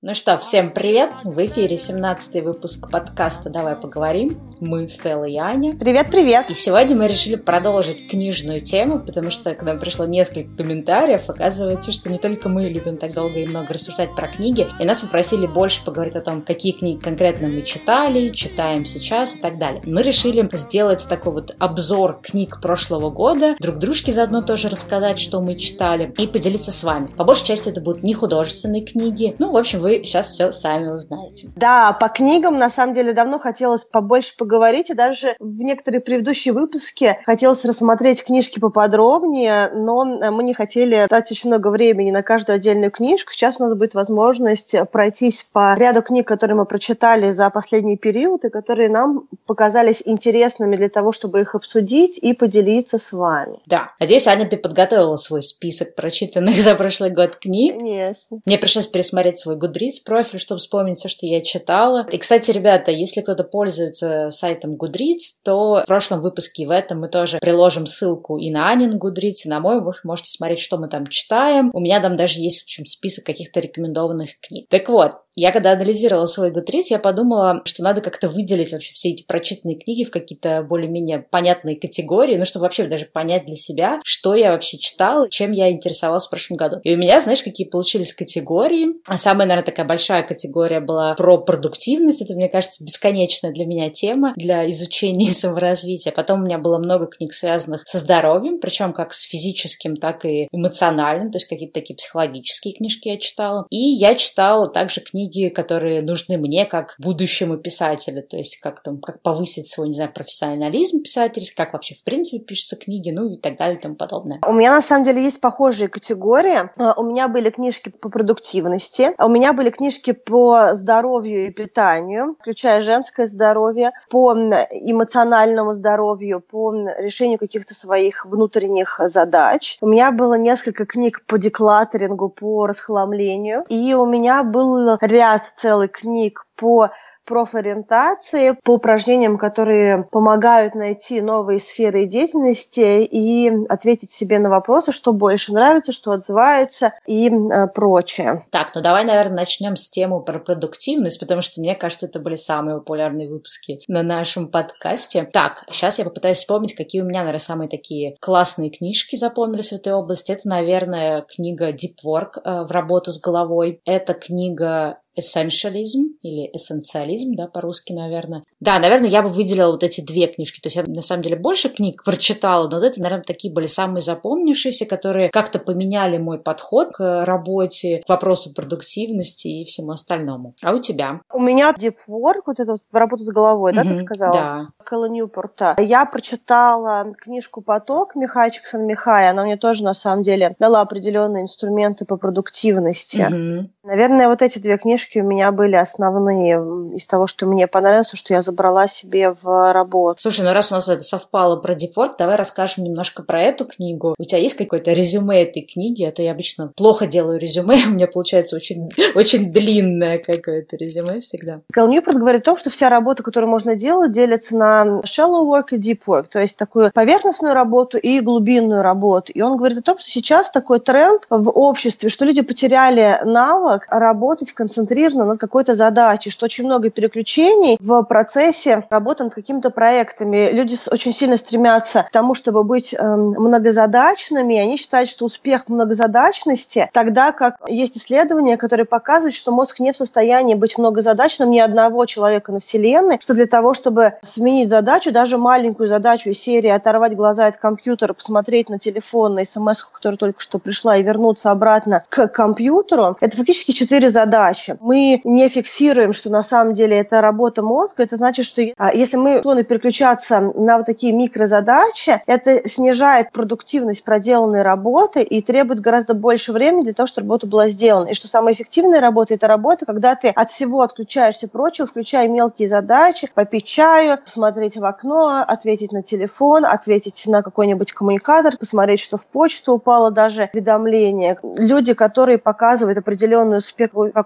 Ну что, всем привет! В эфире 17-й выпуск подкаста «Давай поговорим». Мы Стелла и Аня. Привет-привет! И сегодня мы решили продолжить книжную тему, потому что, когда пришло несколько комментариев, оказывается, что не только мы любим так долго и много рассуждать про книги, и нас попросили больше поговорить о том, какие книги конкретно мы читали, читаем сейчас и так далее. Мы решили сделать такой вот обзор книг прошлого года, друг дружке заодно тоже рассказать, что мы читали, и поделиться с вами. По большей части это будут не художественные книги. Ну, в общем, вы сейчас все сами узнаете. Да, по книгам, на самом деле, давно хотелось побольше поговорить, и даже в некоторые предыдущие выпуски хотелось рассмотреть книжки поподробнее, но мы не хотели тратить очень много времени на каждую отдельную книжку. Сейчас у нас будет возможность пройтись по ряду книг, которые мы прочитали за последний период, и которые нам показались интересными для того, чтобы их обсудить и поделиться с вами. Да. Надеюсь, Аня, ты подготовила свой список прочитанных за прошлый год книг. Конечно. Мне пришлось пересмотреть свой Goodreads профиль, чтобы вспомнить все, что я читала. И, кстати, ребята, если кто-то пользуется сайтом Goodreads, то в прошлом выпуске и в этом мы тоже приложим ссылку и на Анин Goodreads, и на мой. Вы можете смотреть, что мы там читаем. У меня там даже есть, в общем, список каких-то рекомендованных книг. Так вот, я когда анализировала свой Goodreads, я подумала, что надо как-то выделить вообще все эти прочитанные книги в какие-то более-менее понятные категории, ну, чтобы вообще даже понять для себя, что я вообще читала, чем я интересовалась в прошлом году. И у меня, знаешь, какие получились категории? А самая, наверное, такая большая категория была про продуктивность. Это, мне кажется, бесконечная для меня тема для изучения и саморазвития. Потом у меня было много книг, связанных со здоровьем, причем как с физическим, так и эмоциональным, то есть какие-то такие психологические книжки я читала. И я читала также книги, которые нужны мне как будущему писателю, то есть как повысить свой, не знаю, профессионализм писательский, как вообще в принципе пишутся книги, ну и так далее и тому подобное. У меня на самом деле есть похожие категории. У меня были книжки по продуктивности, у меня были книжки по здоровью и питанию, включая женское здоровье, по эмоциональному здоровью, по решению каких-то своих внутренних задач. У меня было несколько книг по деклаттерингу, по расхламлению, и у меня был ряд целых книг по профориентации, по упражнениям, которые помогают найти новые сферы деятельности и ответить себе на вопросы, что больше нравится, что отзывается и прочее. Так, ну давай, наверное, начнем с темы про продуктивность, потому что, мне кажется, это были самые популярные выпуски на нашем подкасте. Так, сейчас я попытаюсь вспомнить, какие у меня, наверное, самые такие классные книжки запомнились в этой области. Это, наверное, книга Deep Work в работу с головой. Это книга Essentialism или эссенциализм, да, по-русски, наверное. Да, наверное, я бы выделила вот эти две книжки. То есть я, на самом деле, больше книг прочитала, но вот это, наверное, такие были самые запомнившиеся, которые как-то поменяли мой подход к работе, к вопросу продуктивности и всему остальному. А у тебя? У меня Deep Work, вот это в работу с головой, да, ты сказала? Да. Кэлла Ньюпорта. Я прочитала книжку «Поток» Михая Чиксана-Михая. Она мне тоже, на самом деле, дала определенные инструменты по продуктивности. Наверное, вот эти две книжки у меня были основные из того, что мне понравилось, что я забрала себе в работу. Слушай, ну раз у нас это совпало про Deep Work, давай расскажем немножко про эту книгу. У тебя есть какое-то резюме этой книги? А то я обычно плохо делаю резюме, у меня получается очень, очень длинное какое-то резюме всегда. Кэл Ньюпорт говорит о том, что вся работа, которую можно делать, делится на shallow work и deep work, то есть такую поверхностную работу и глубинную работу. И он говорит о том, что сейчас такой тренд в обществе, что люди потеряли навык работать концентрированно над какой-то задачей, что очень много переключений в процессе работы над какими-то проектами. Люди очень сильно стремятся к тому, чтобы быть многозадачными, и они считают, что успех в многозадачности, тогда как есть исследования, которые показывают, что мозг не в состоянии быть многозадачным ни одного человека на Вселенной, что для того, чтобы сменить задачу, даже маленькую задачу из серии оторвать глаза от компьютера, посмотреть на телефон, на смс-ку, которая только что пришла, и вернуться обратно к компьютеру, это фактически 4 задачи. Мы не фиксируем, что на самом деле это работа мозга. Это значит, что если мы склонны переключаться на вот такие микрозадачи, это снижает продуктивность проделанной работы и требует гораздо больше времени для того, чтобы работа была сделана. И что самая эффективная работа – это работа, когда ты от всего отключаешься прочего, включая мелкие задачи, попить чаю, посмотреть в окно, ответить на телефон, ответить на какой-нибудь коммуникатор, посмотреть, что в почту упало, даже уведомление. Люди, которые показывают определенный успех в какой-то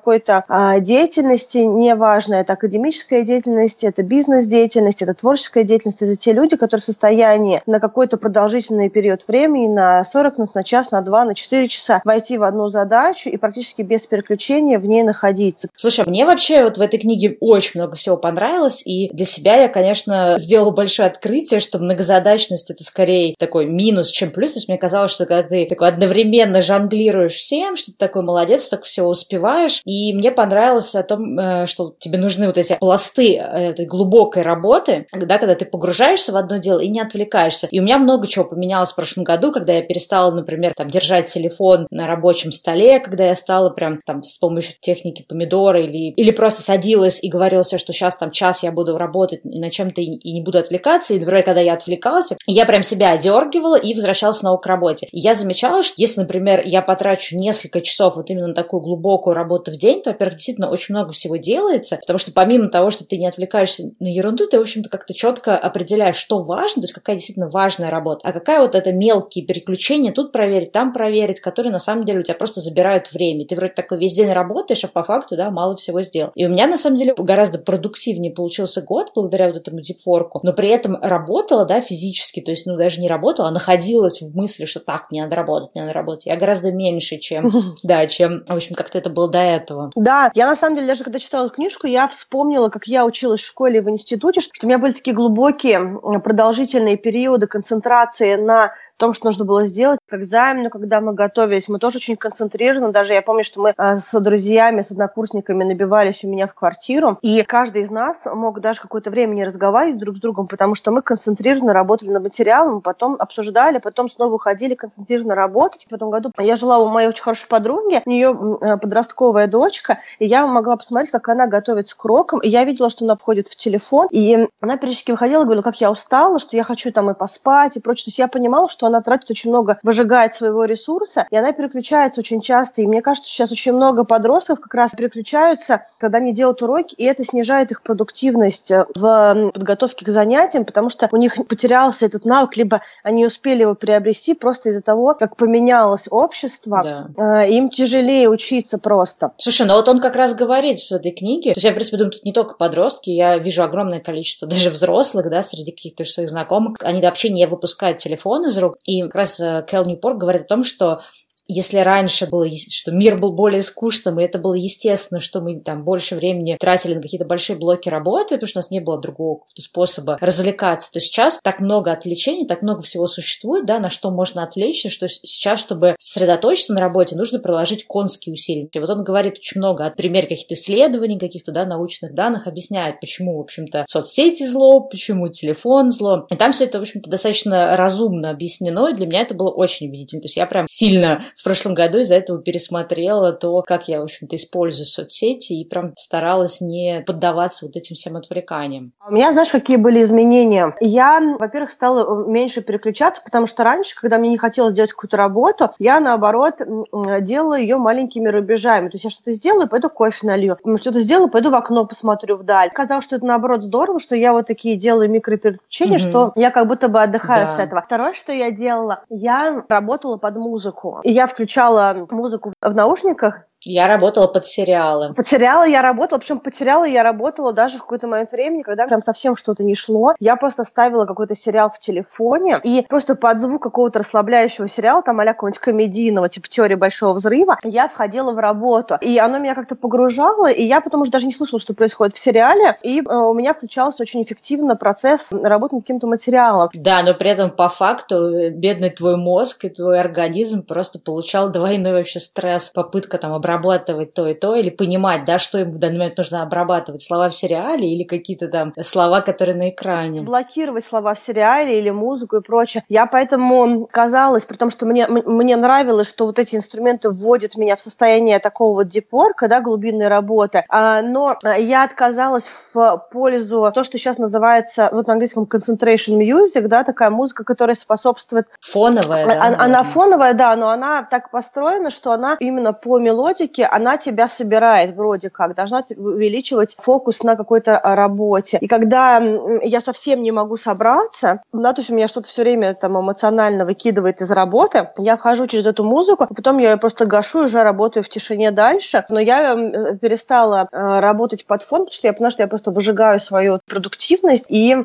деятельности, неважно, это академическая деятельность, это бизнес-деятельность, это творческая деятельность, это те люди, которые в состоянии на какой-то продолжительный период времени, на 40 минут, на час, на 2, на 4 часа войти в одну задачу и практически без переключения в ней находиться. Слушай, мне вообще вот в этой книге очень много всего понравилось, и для себя я, конечно, сделала большое открытие, что многозадачность — это скорее такой минус, чем плюс. То есть мне казалось, что когда ты такой одновременно жонглируешь всем, что ты такой молодец, так все успеваешь. И мне понравилось о том, что тебе нужны вот эти пласты этой глубокой работы, когда ты погружаешься в одно дело и не отвлекаешься. И у меня много чего поменялось в прошлом году, когда я перестала, например, держать телефон на рабочем столе, когда я стала прям с помощью техники помидора или просто садилась и говорила себе, что сейчас час я буду работать и на чем-то и не буду отвлекаться. И, например, когда я отвлекалась, я прям себя одергивала и возвращалась снова к работе. И я замечала, что если, например, я потрачу несколько часов вот именно на такую глубокую работу в день, то, во-первых, действительно очень много всего делается, потому что помимо того, что ты не отвлекаешься на ерунду, ты, в общем-то, как-то четко определяешь, что важно, то есть какая действительно важная работа, а какая вот это мелкие переключения, тут проверить, там проверить, которые на самом деле у тебя просто забирают время. Ты вроде такой весь день работаешь, а по факту, мало всего сделал. И у меня, на самом деле, гораздо продуктивнее получился год благодаря вот этому дипворку, но при этом работала, физически, то есть, даже не работала, а находилась в мысли, что так, мне надо работать. Я гораздо меньше, чем, в общем, как-то это было до этого. Да, я на самом деле, даже когда читала книжку, я вспомнила, как я училась в школе и в институте, что у меня были такие глубокие, продолжительные периоды концентрации на том, что нужно было сделать к экзамену, когда мы готовились. Мы тоже очень концентрированы. Даже я помню, что мы с друзьями, с однокурсниками набивались у меня в квартиру, и каждый из нас мог даже какое-то время не разговаривать друг с другом, потому что мы концентрированно работали над материалом, потом обсуждали, потом снова уходили концентрированно работать. В этом году я жила у моей очень хорошей подруги, у нее подростковая дочка, и я могла посмотреть, как она готовится к урокам, и я видела, что она входит в телефон, и она периодически выходила и говорила, как я устала, что я хочу и поспать и прочее. То есть я понимала, что она тратит очень много, выжигает своего ресурса, и она переключается очень часто. И мне кажется, что сейчас очень много подростков как раз переключаются, когда они делают уроки, и это снижает их продуктивность в подготовке к занятиям, потому что у них потерялся этот навык, либо они успели его приобрести просто из-за того, как поменялось общество. Да. Им тяжелее учиться просто. Слушай, вот он как раз говорит в этой книге, то есть я, в принципе, думаю, тут не только подростки, я вижу огромное количество даже взрослых, среди каких-то своих знакомых, они вообще не выпускают телефон из рук. И как раз Кэл Ньюпорт говорит о том, что если раньше было, что мир был более скучным, и это было естественно, что мы больше времени тратили на какие-то большие блоки работы, потому что у нас не было другого способа развлекаться, то сейчас так много отвлечений, так много всего существует, на что можно отвлечься, что сейчас, чтобы сосредоточиться на работе, нужно приложить конские усилия. И вот он говорит очень много о примере каких-то исследований, каких-то научных данных, объясняет, почему, в общем-то, соцсети зло, почему телефон зло. И там все это, в общем-то, достаточно разумно объяснено, и для меня это было очень убедительно. То есть я прям сильно в прошлом году из-за этого пересмотрела то, как я, в общем-то, использую соцсети и прям старалась не поддаваться вот этим всем отвлеканиям. У меня, знаешь, какие были изменения? Я, во-первых, стала меньше переключаться, потому что раньше, когда мне не хотелось делать какую-то работу, я, наоборот, делала ее маленькими рубежами. То есть я что-то сделаю, пойду кофе налью. Что-то сделаю, пойду в окно посмотрю вдаль. Казалось, что это, наоборот, здорово, что я вот такие делаю микропереключения, что я как будто бы отдыхаю с этого. Второе, что я делала, я работала под музыку. И я включала музыку в наушниках. Я работала под сериалы. Под сериалы я работала, причем под сериалы я работала даже в какой-то момент времени, когда прям совсем что-то не шло. Я просто ставила какой-то сериал в телефоне, и просто под звук какого-то расслабляющего сериала, а-ля какого-нибудь комедийного, типа «Теория большого взрыва», я входила в работу. И оно меня как-то погружало, и я потом уже даже не слышала, что происходит в сериале, и у меня включался очень эффективно процесс работы над каким-то материалом. Да, но при этом по факту бедный твой мозг и твой организм просто получал двойной вообще стресс, попытка обрабатывать то и то, или понимать, что ему в данный момент нужно обрабатывать, слова в сериале или какие-то слова, которые на экране. Блокировать слова в сериале или музыку и прочее. Я поэтому казалось, при том, что мне нравилось, что вот эти инструменты вводят меня в состояние такого вот дипворка, глубинной работы, но я отказалась в пользу то, что сейчас называется на английском concentration music, такая музыка, которая способствует... Фоновая, Она фоновая, но она так построена, что она именно по мелодике энергетики, она тебя собирает вроде как, должна увеличивать фокус на какой-то работе. И когда я совсем не могу собраться, да, то есть у меня что-то все время там эмоционально выкидывает из работы, я вхожу через эту музыку, а потом я ее просто гашу и уже работаю в тишине дальше. Но я перестала работать под фон, потому что я поняла, что я просто выжигаю свою продуктивность, и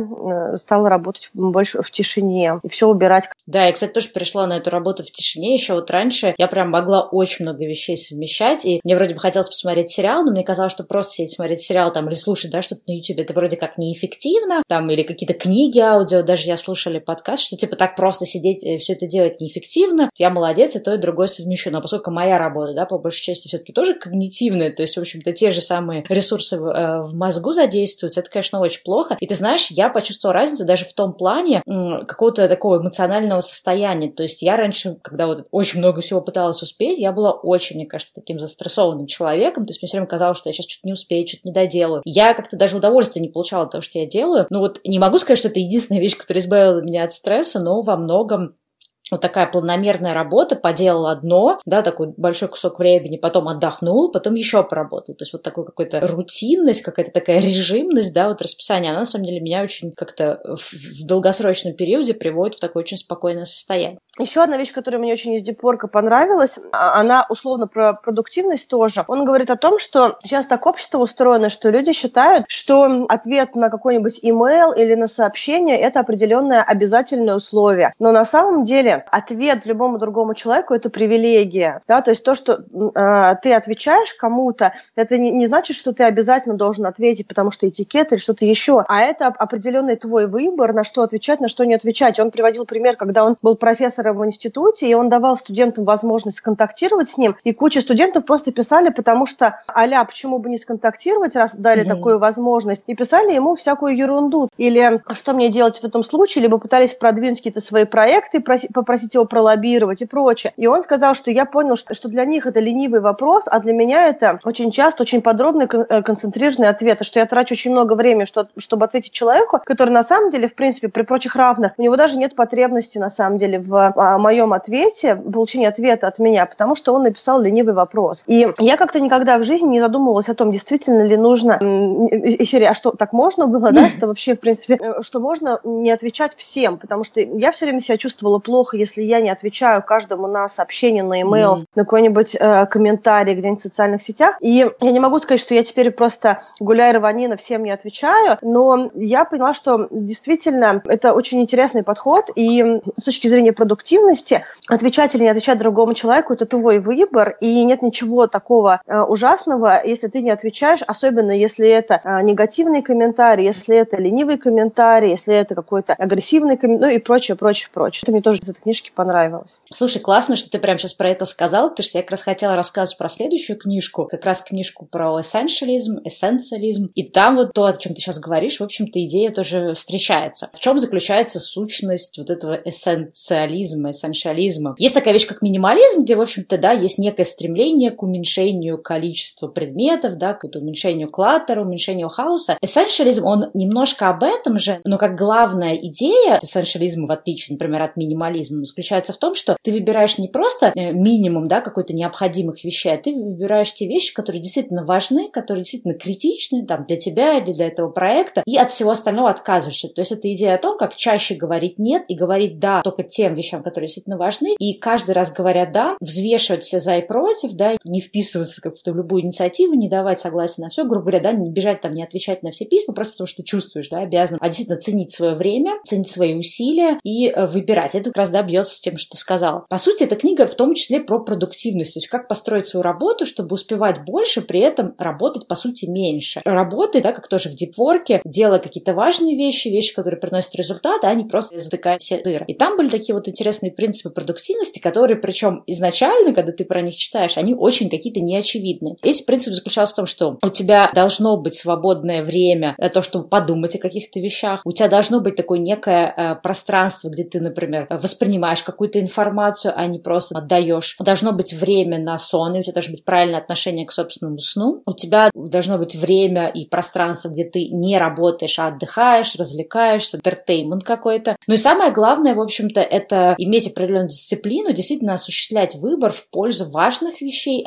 я стала работать больше в тишине и все убирать. Да, я, кстати, тоже перешла на эту работу в тишине. Еще вот раньше я прям могла очень много вещей совмещать, и мне вроде бы хотелось посмотреть сериал, но мне казалось, что просто сидеть смотреть сериал там или слушать, да, что-то на YouTube, это вроде как неэффективно, там, или какие-то книги, аудио, даже я слушала подкаст, что типа так просто сидеть и все это делать неэффективно. Я молодец, и то, и другое совмещу. Но поскольку моя работа, да, по большей части все-таки тоже когнитивная, то есть, в общем-то, те же самые ресурсы в мозгу задействуются, это, конечно, очень плохо. И ты знаешь, я почувствовала разницу даже в том плане какого-то такого эмоционального состояния. То есть я раньше, когда вот очень много всего пыталась успеть, я была очень, мне кажется, таким застрессованным человеком. То есть мне все время казалось, что я сейчас что-то не успею, что-то не доделаю. Я как-то даже удовольствия не получала от того, что я делаю. Ну вот не могу сказать, что это единственная вещь, которая избавила меня от стресса, но во многом вот такая планомерная работа, поделал одно, да, такой большой кусок времени, потом отдохнул, потом еще поработал. То есть вот такой какой-то рутинность, какая-то такая режимность, да, вот расписание, она на самом деле меня очень как-то в долгосрочном периоде приводит в такое очень спокойное состояние. Еще одна вещь, которая мне очень из Дипворка понравилась, она условно про продуктивность тоже. Он говорит о том, что сейчас так общество устроено, что люди считают, что ответ на какой-нибудь имейл или на сообщение – это определенное обязательное условие. Но на самом деле ответ любому другому человеку – это привилегия. Да? То есть то, что ты отвечаешь кому-то, это не значит, что ты обязательно должен ответить, потому что этикет или что-то еще, а это определенный твой выбор, на что отвечать, на что не отвечать. Он приводил пример, когда он был профессором в институте, и он давал студентам возможность сконтактировать с ним, и куча студентов просто писали, потому что а-ля, почему бы не сконтактировать, раз дали такую возможность, и писали ему всякую ерунду. Или что мне делать в этом случае, либо пытались продвинуть какие-то свои проекты, попросить его пролоббировать и прочее. И он сказал, что я понял, что для них это ленивый вопрос, а для меня это очень часто очень подробный, концентрированный ответ, что я трачу очень много времени, чтобы ответить человеку, который на самом деле, в принципе, при прочих равных, у него даже нет потребности, на самом деле, в моем ответе, получении ответа от меня, потому что он написал ленивый вопрос. И я как-то никогда в жизни не задумывалась о том, действительно ли нужно, а что, так можно было, да, что вообще, в принципе, что можно не отвечать всем, потому что я все время себя чувствовала плохо, если я не отвечаю каждому на сообщение, на имейл, на какой-нибудь комментарий где-нибудь в социальных сетях. И я не могу сказать, что я теперь просто гуляй рванина, всем не отвечаю, но я поняла, что действительно это очень интересный подход, и с точки зрения продуктивности, отвечать или не отвечать другому человеку – это твой выбор, и нет ничего такого ужасного, если ты не отвечаешь, особенно если это негативный комментарий, если это ленивый комментарий, если это какой-то агрессивный комментарий, ну и прочее, прочее, прочее. Это мне тоже из этой книжки понравилось. Слушай, классно, что ты прямо сейчас про это сказал, потому что я как раз хотела рассказывать про следующую книжку, как раз книжку про эссенциализм, и там вот то, о чем ты сейчас говоришь, в общем-то, идея тоже встречается. В чем заключается сущность вот этого эссенциализма, эссенциализма? Есть такая вещь, как минимализм, где, в общем-то, да, есть некое стремление к уменьшению количества предметов, да, к уменьшению клаттера, уменьшению хаоса. Эссенциализм, он немножко об этом же, но как главная идея эссенциализма, в отличие, например, от минимализма, заключается в том, что ты выбираешь не просто минимум, да, какой-то необходимых вещей, а ты выбираешь те вещи, которые действительно важны, которые действительно критичны там, для тебя или для этого проекта, и от всего остального отказываешься. То есть это идея о том, как чаще говорить «нет» и говорить «да» только тем вещам, которые действительно важны, и каждый раз говоря «да», взвешивать все за и против, да, не вписываться как-то в любую инициативу, не давать согласия на все, грубо говоря, да, не бежать там, не отвечать на все письма, просто потому что чувствуешь, да, обязан, а действительно ценить свое время, ценить свои усилия и выбирать. Это как раз, да, бьется с тем, что ты сказала. По сути, эта книга в том числе про продуктивность, то есть как построить свою работу, чтобы успевать больше, при этом работать, по сути, меньше. Работай, да, как тоже в дипворке, делая какие-то важные вещи, которые приносят результаты, а не просто затыкая все дыры. И там были такие вот интересные принципы продуктивности, которые, причем изначально, когда ты про них читаешь, они очень какие-то неочевидные. Эти принципы заключался в том, что у тебя должно быть свободное время для того, чтобы подумать о каких-то вещах, у тебя должно быть такое некое пространство, где ты, например, воспринимаешь какую-то информацию, а не просто отдаешь. Должно быть время на сон, и у тебя должно быть правильное отношение к собственному сну. У тебя должно быть время и пространство, где ты не работаешь, а отдыхаешь, развлекаешься, entertainment какой-то. Ну и самое главное, в общем-то, это иметь определенную дисциплину, действительно осуществлять выбор в пользу важных вещей,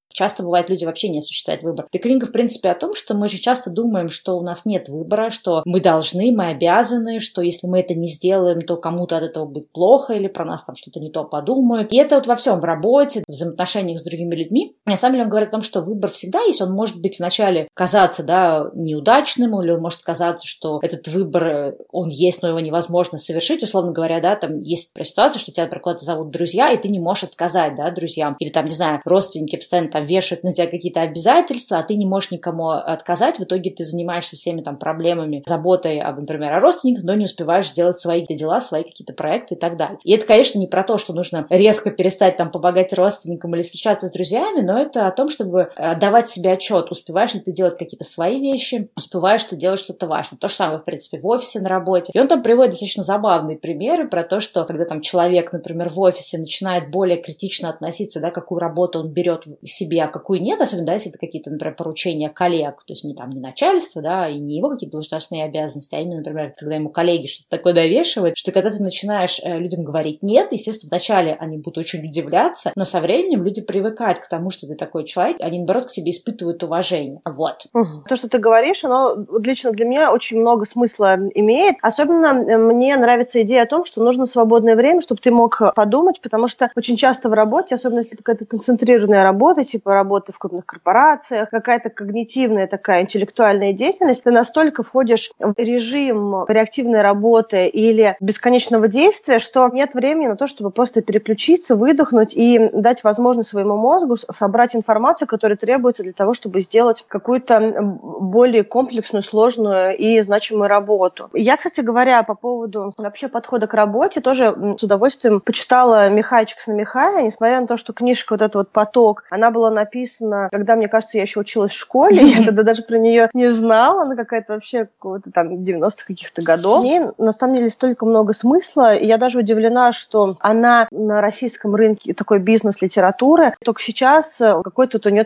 Часто бывает, люди вообще не осуществляют выбор. Эта книга, в принципе, о том, что мы же часто думаем, что у нас нет выбора, что мы должны, мы обязаны, что если мы это не сделаем, то кому-то от этого будет плохо или про нас там что-то не то подумают. И это вот во всем, в работе, в взаимоотношениях с другими людьми. На самом деле он говорит о том, что выбор всегда есть, он может быть вначале казаться, неудачным, или он может казаться, что этот выбор, он есть, но его невозможно совершить. Условно говоря, там есть ситуация, что тебя, например, куда-то зовут друзья, и ты не можешь отказать, друзьям. Или там, не знаю, родственники постоянно там вешают на тебя какие-то обязательства, а ты не можешь никому отказать. В итоге ты занимаешься всеми там проблемами, заботой, например, о родственниках, но не успеваешь делать свои дела, свои какие-то проекты и так далее. И это, конечно, не про то, что нужно резко перестать там помогать родственникам или встречаться с друзьями, но это о том, чтобы давать себе отчет, успеваешь ли ты делать какие-то свои вещи, успеваешь ты делать что-то важное. То же самое, в принципе, в офисе, на работе. И он там приводит достаточно забавные примеры про то, что когда там человек, например, в офисе начинает более критично относиться, какую работу он берет себе, а какую нет, особенно, если это какие-то, например, поручения коллег, то есть не начальство, и не его какие-то должностные обязанности, а именно, например, когда ему коллеги что-то такое довешивают, что когда ты начинаешь людям говорить «нет», естественно, вначале они будут очень удивляться, но со временем люди привыкают к тому, что ты такой человек, они, наоборот, к тебе испытывают уважение. Вот. То, что ты говоришь, оно лично для меня очень много смысла имеет. Особенно мне нравится идея о том, что нужно свободное время, чтобы ты мог подумать, потому что очень часто в работе, особенно если это какая-то концентрированная работа, типа работа в крупных корпорациях, какая-то когнитивная такая интеллектуальная деятельность, ты настолько входишь в режим реактивной работы или бесконечного действия, что нет времени на то, чтобы просто переключиться, выдохнуть и дать возможность своему мозгу собрать информацию, которая требуется для того, чтобы сделать какую-то более комплексную, сложную и значимую работу. Я, кстати говоря, по поводу вообще подхода к работе, тоже с удовольствием почитала Михая Чиксана-Михая, несмотря на то, что книжка вот этот «Поток», она была написана, когда, мне кажется, я еще училась в школе, я тогда даже про нее не знала, она какая-то вообще какого-то там 90-х каких-то годов. В ней, на самом деле, столько много смысла, и я даже удивлена, что она на российском рынке такой бизнес-литературы, только сейчас какой-то у нее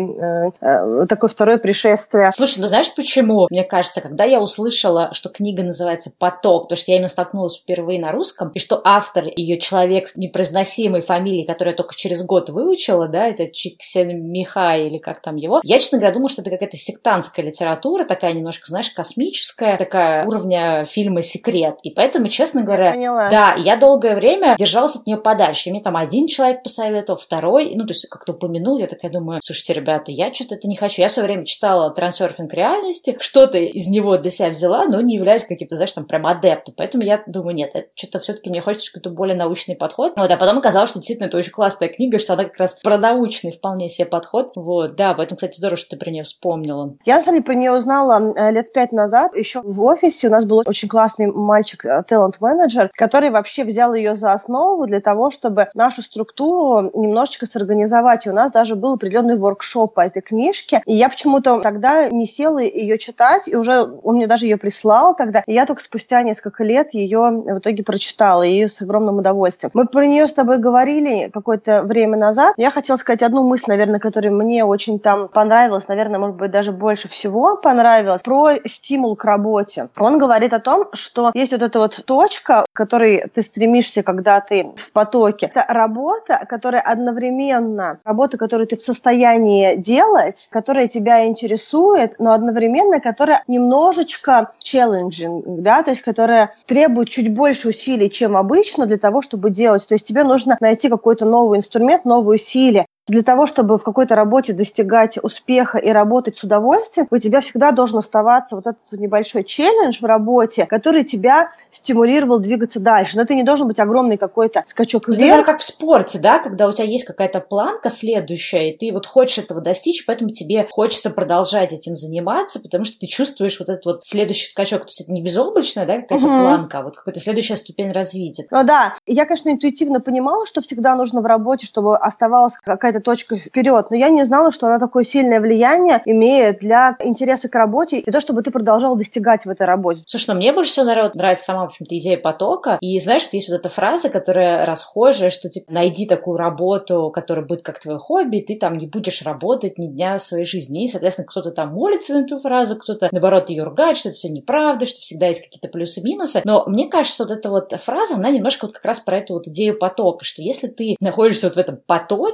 такое второе пришествие. Слушай, знаешь почему? Мне кажется, когда я услышала, что книга называется «Поток», потому что я именно столкнулась впервые на русском, и что автор ее человек с непроизносимой фамилией, которую я только через год выучила, это Чиксен-Михай или как там его, я, честно говоря, думала, что это какая-то сектантская литература, такая немножко, знаешь, космическая, такая уровня фильма «Секрет». И поэтому, честно говоря, я долгое время держалась от нее подальше. И мне там один человек посоветовал, второй, то есть как-то упомянул, я такая думаю, слушайте, ребята, я что-то это не хочу. Я в свое время читала «Трансерфинг реальности», что-то из него для себя взяла, но не являюсь каким-то, знаешь, там прям адептом. Поэтому я думаю, нет, это что-то все-таки мне хочется какой-то более научный подход. А потом оказалось, что действительно это очень классная книга, что она как раз про научный вполне себе подход. Поэтому, кстати, здорово, что ты про нее вспомнила. Я, на самом деле, про нее узнала лет 5 назад. Еще в офисе у нас был очень классный мальчик, талант-менеджер, который вообще взял ее за основу для того, чтобы нашу структуру немножечко сорганизовать. И у нас даже был определенный воркшоп по этой книжке. И я почему-то тогда не села ее читать, и уже он мне даже ее прислал тогда. И я только спустя несколько лет ее в итоге прочитала, и с огромным удовольствием. Мы про нее с тобой говорили какое-то время назад. Я хотела сказать одну мысль, наверное, которая мне очень там понравилась, наверное, может быть, даже больше всего понравилась, про стимул к работе. Он говорит о том, что есть вот эта вот точка, к которой ты стремишься, когда ты в потоке. Это работа, которая одновременно, работа, которую ты в состоянии делать, которая тебя интересует, но одновременно, которая немножечко challenging, то есть которая требует чуть больше усилий, чем обычно для того, чтобы делать. То есть тебе нужно найти какой-то новый инструмент, новую силу. Для того, чтобы в какой-то работе достигать успеха и работать с удовольствием, у тебя всегда должен оставаться вот этот небольшой челлендж в работе, который тебя стимулировал двигаться дальше. Но это не должен быть огромный какой-то скачок вверх. Например, как в спорте, когда у тебя есть какая-то планка следующая, и ты хочешь этого достичь, поэтому тебе хочется продолжать этим заниматься, потому что ты чувствуешь вот этот вот следующий скачок. То есть это не безоблачная, какая-то планка, а вот какая-то следующая ступень развития. Ну да, я, конечно, интуитивно понимала, что всегда нужно в работе, чтобы оставалась какая-то точка вперед, но я не знала, что она такое сильное влияние имеет для интереса к работе и то, чтобы ты продолжал достигать в этой работе. Слушай, мне больше всего нравится сама, в общем-то, идея потока. И знаешь, что есть вот эта фраза, которая расхожая, что типа найди такую работу, которая будет как твое хобби, и ты там не будешь работать ни дня в своей жизни. И, соответственно, кто-то там молится на эту фразу, кто-то, наоборот, ее ругает, что это все неправда, что всегда есть какие-то плюсы-минусы. Но мне кажется, что вот эта вот фраза, она немножко вот как раз про эту вот идею потока, что если ты находишься вот в этом потоке, то есть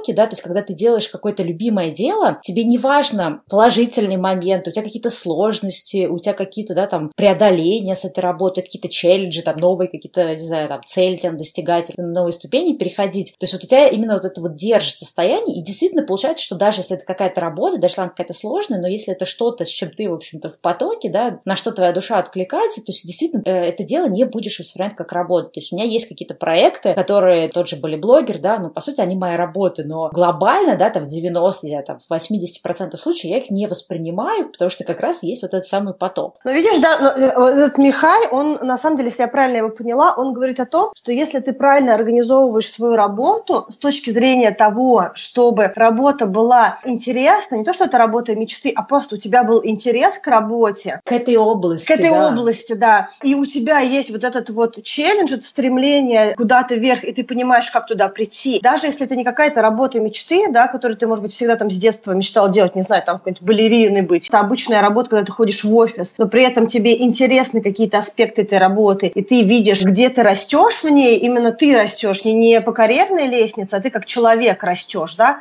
когда ты делаешь какое-то любимое дело, тебе не важно положительные моменты, у тебя какие-то сложности, у тебя какие-то, да, там, преодоления с этой работой, какие-то челленджи, там, новые какие-то, не знаю, там, цели тебе надо достигать, на новые ступени переходить. То есть вот у тебя именно вот это вот держит состояние, и действительно получается, что даже если это какая-то работа, даже если она какая-то сложная, но если это что-то, с чем ты, в общем-то, в потоке, да, на что твоя душа откликается, то есть действительно это дело не будешь воспринимать как работу. То есть у меня есть какие-то проекты, которые тот же были блогер, да, ну, по сути, они мои работы, но глобально, да, там, в 90, там, в 80% случаев я их не воспринимаю, потому что как раз есть вот этот самый поток. Но видишь, да, этот Михай, он, на самом деле, если я правильно его поняла, он говорит о том, что если ты правильно организовываешь свою работу с точки зрения того, чтобы работа была интересна, не то, что это работа мечты, а просто у тебя был интерес к работе. К этой области, области, да. И у тебя есть вот этот вот челлендж, это стремление куда-то вверх, и ты понимаешь, как туда прийти. Даже если это не какая-то работа мечты, да, которую ты, может быть, всегда там с детства мечтал делать, не знаю, там какой-нибудь балериной быть. Это обычная работа, когда ты ходишь в офис, но при этом тебе интересны какие-то аспекты этой работы, и ты видишь, где ты растешь в ней, именно ты растешь, не по карьерной лестнице, а ты как человек растешь, да,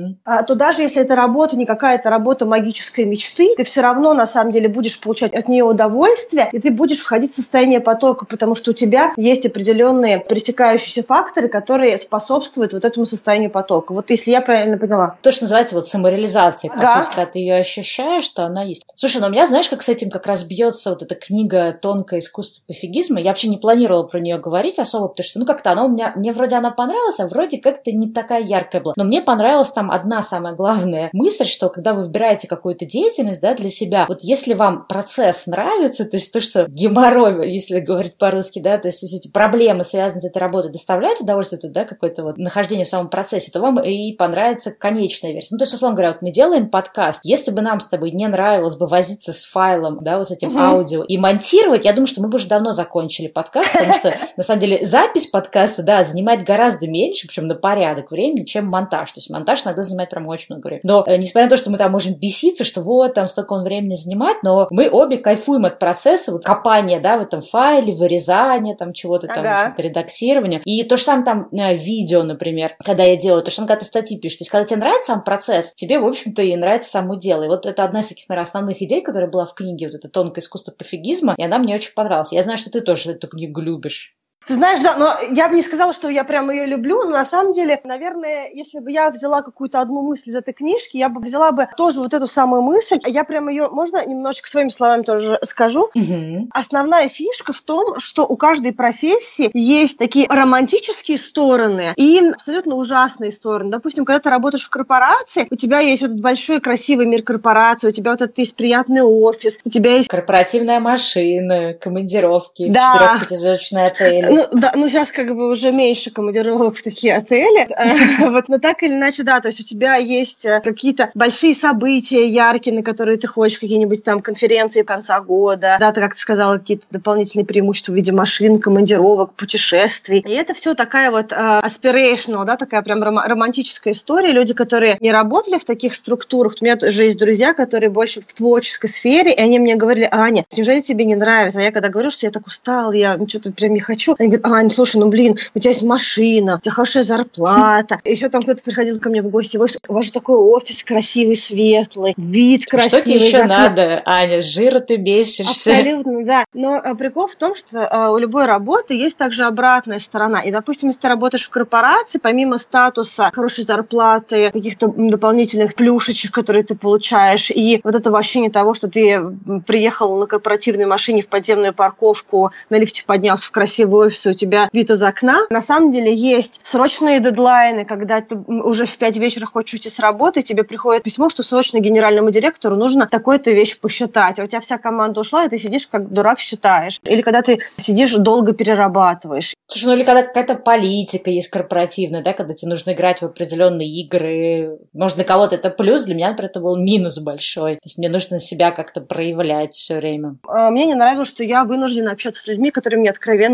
то даже если эта работа не какая-то работа магической мечты, ты все равно, на самом деле, будешь получать от нее удовольствие, и ты будешь входить в состояние потока, потому что у тебя есть определенные пересекающиеся факторы, которые способствуют вот этому состоянию потока. Вот если я правильно поняла. То, что называется вот самореализацией, по сути, когда ты ее ощущаешь, что она есть. Слушай, ну у меня, знаешь, как с этим как раз бьется вот эта книга «Тонкое искусство пофигизма». Я вообще не планировала про нее говорить особо, потому что, ну, как-то она у меня, мне вроде она понравилась, а вроде как-то не такая яркая была. Но мне понравилась там одна самая главная мысль, что когда вы выбираете какую-то деятельность, да, для себя, вот если вам процесс нравится, то есть то, что геморрой, если говорить по-русски, да, то есть эти проблемы, связанные с этой работой, доставляют удовольствие, то, да, какое-то вот нахождение в самом процессе, то вам и понравится конечная версия. Ну, то есть, условно говоря, вот мы делаем подкаст, если бы нам с тобой не нравилось бы возиться с файлом, да, вот с этим аудио и монтировать, я думаю, что мы бы уже давно закончили подкаст, потому что, на самом деле, запись подкаста, да, занимает гораздо меньше, причем на порядок времени, чем монтаж. То есть монтаж иногда занимает прям очень много времени. Но, несмотря на то, что мы там можем беситься, что вот, там столько он времени занимает, но мы обе кайфуем от процесса, вот копания, да, в этом файле, вырезания, там чего-то там, редактирования. И то же самое там видео, например, когда я делаю, то же самое, когда ты статьи пишешь. То есть, когда тебе нравится сам процесс, тебе, в общем-то, и нравится само дело. И вот это одна из таких, наверное, основных идей, которая была в книге, вот это «Тонкое искусство пофигизма», и она мне очень понравилась. Я знаю, что ты тоже эту книгу любишь. Ты знаешь, да, но я бы не сказала, что я прям ее люблю, но на самом деле, наверное, если бы я взяла какую-то одну мысль из этой книжки, я бы взяла бы тоже вот эту самую мысль. Я прям ее, можно немножечко своими словами тоже скажу? Основная фишка в том, что у каждой профессии есть такие романтические стороны и абсолютно ужасные стороны. Допустим, когда ты работаешь в корпорации, у тебя есть вот этот большой красивый мир корпорации, у тебя вот этот есть приятный офис, у тебя есть корпоративная машина, командировки, да. 4-5-звездочные отели. Ну, сейчас как бы уже меньше командировок в такие отели, вот, но так или иначе, да, то есть у тебя есть какие-то большие события яркие, на которые ты хочешь, какие-нибудь там конференции конца года, да, ты, как ты сказала, какие-то дополнительные преимущества в виде машин, командировок, путешествий, и это все такая вот aspirational, да, такая прям романтическая история, люди, которые не работали в таких структурах, у меня тоже есть друзья, которые больше в творческой сфере, и они мне говорили: Аня, неужели тебе не нравится? А я когда говорю, что я так устала, я что-то прям не хочу, они говорят: Ань, слушай, ну блин, у тебя есть машина, у тебя хорошая зарплата. Еще там кто-то приходил ко мне в гости: у вас же такой офис красивый, светлый, вид красивый. Что тебе еще надо, Аня? С жира ты бесишься. Абсолютно, да. Но прикол в том, что у любой работы есть также обратная сторона. И, допустим, если ты работаешь в корпорации, помимо статуса, хорошей зарплаты, каких-то дополнительных плюшечек, которые ты получаешь, и вот этого ощущения того, что ты приехал на корпоративной машине в подземную парковку, на лифте поднялся в красивый офис, у тебя вид из окна. На самом деле есть срочные дедлайны, когда ты уже в 5 вечера хочешь уйти с работы, и тебе приходит письмо, что срочно генеральному директору нужно такую-то вещь посчитать. А у тебя вся команда ушла, и ты сидишь как дурак считаешь. Или когда ты сидишь, долго перерабатываешь. Слушай, ну или когда какая-то политика есть корпоративная, да, когда тебе нужно играть в определенные игры. Может, для кого-то это плюс, для меня, например, это был минус большой. То есть мне нужно себя как-то проявлять все время. Мне не нравилось, что я вынуждена общаться с людьми, которые мне откровенно неприятны.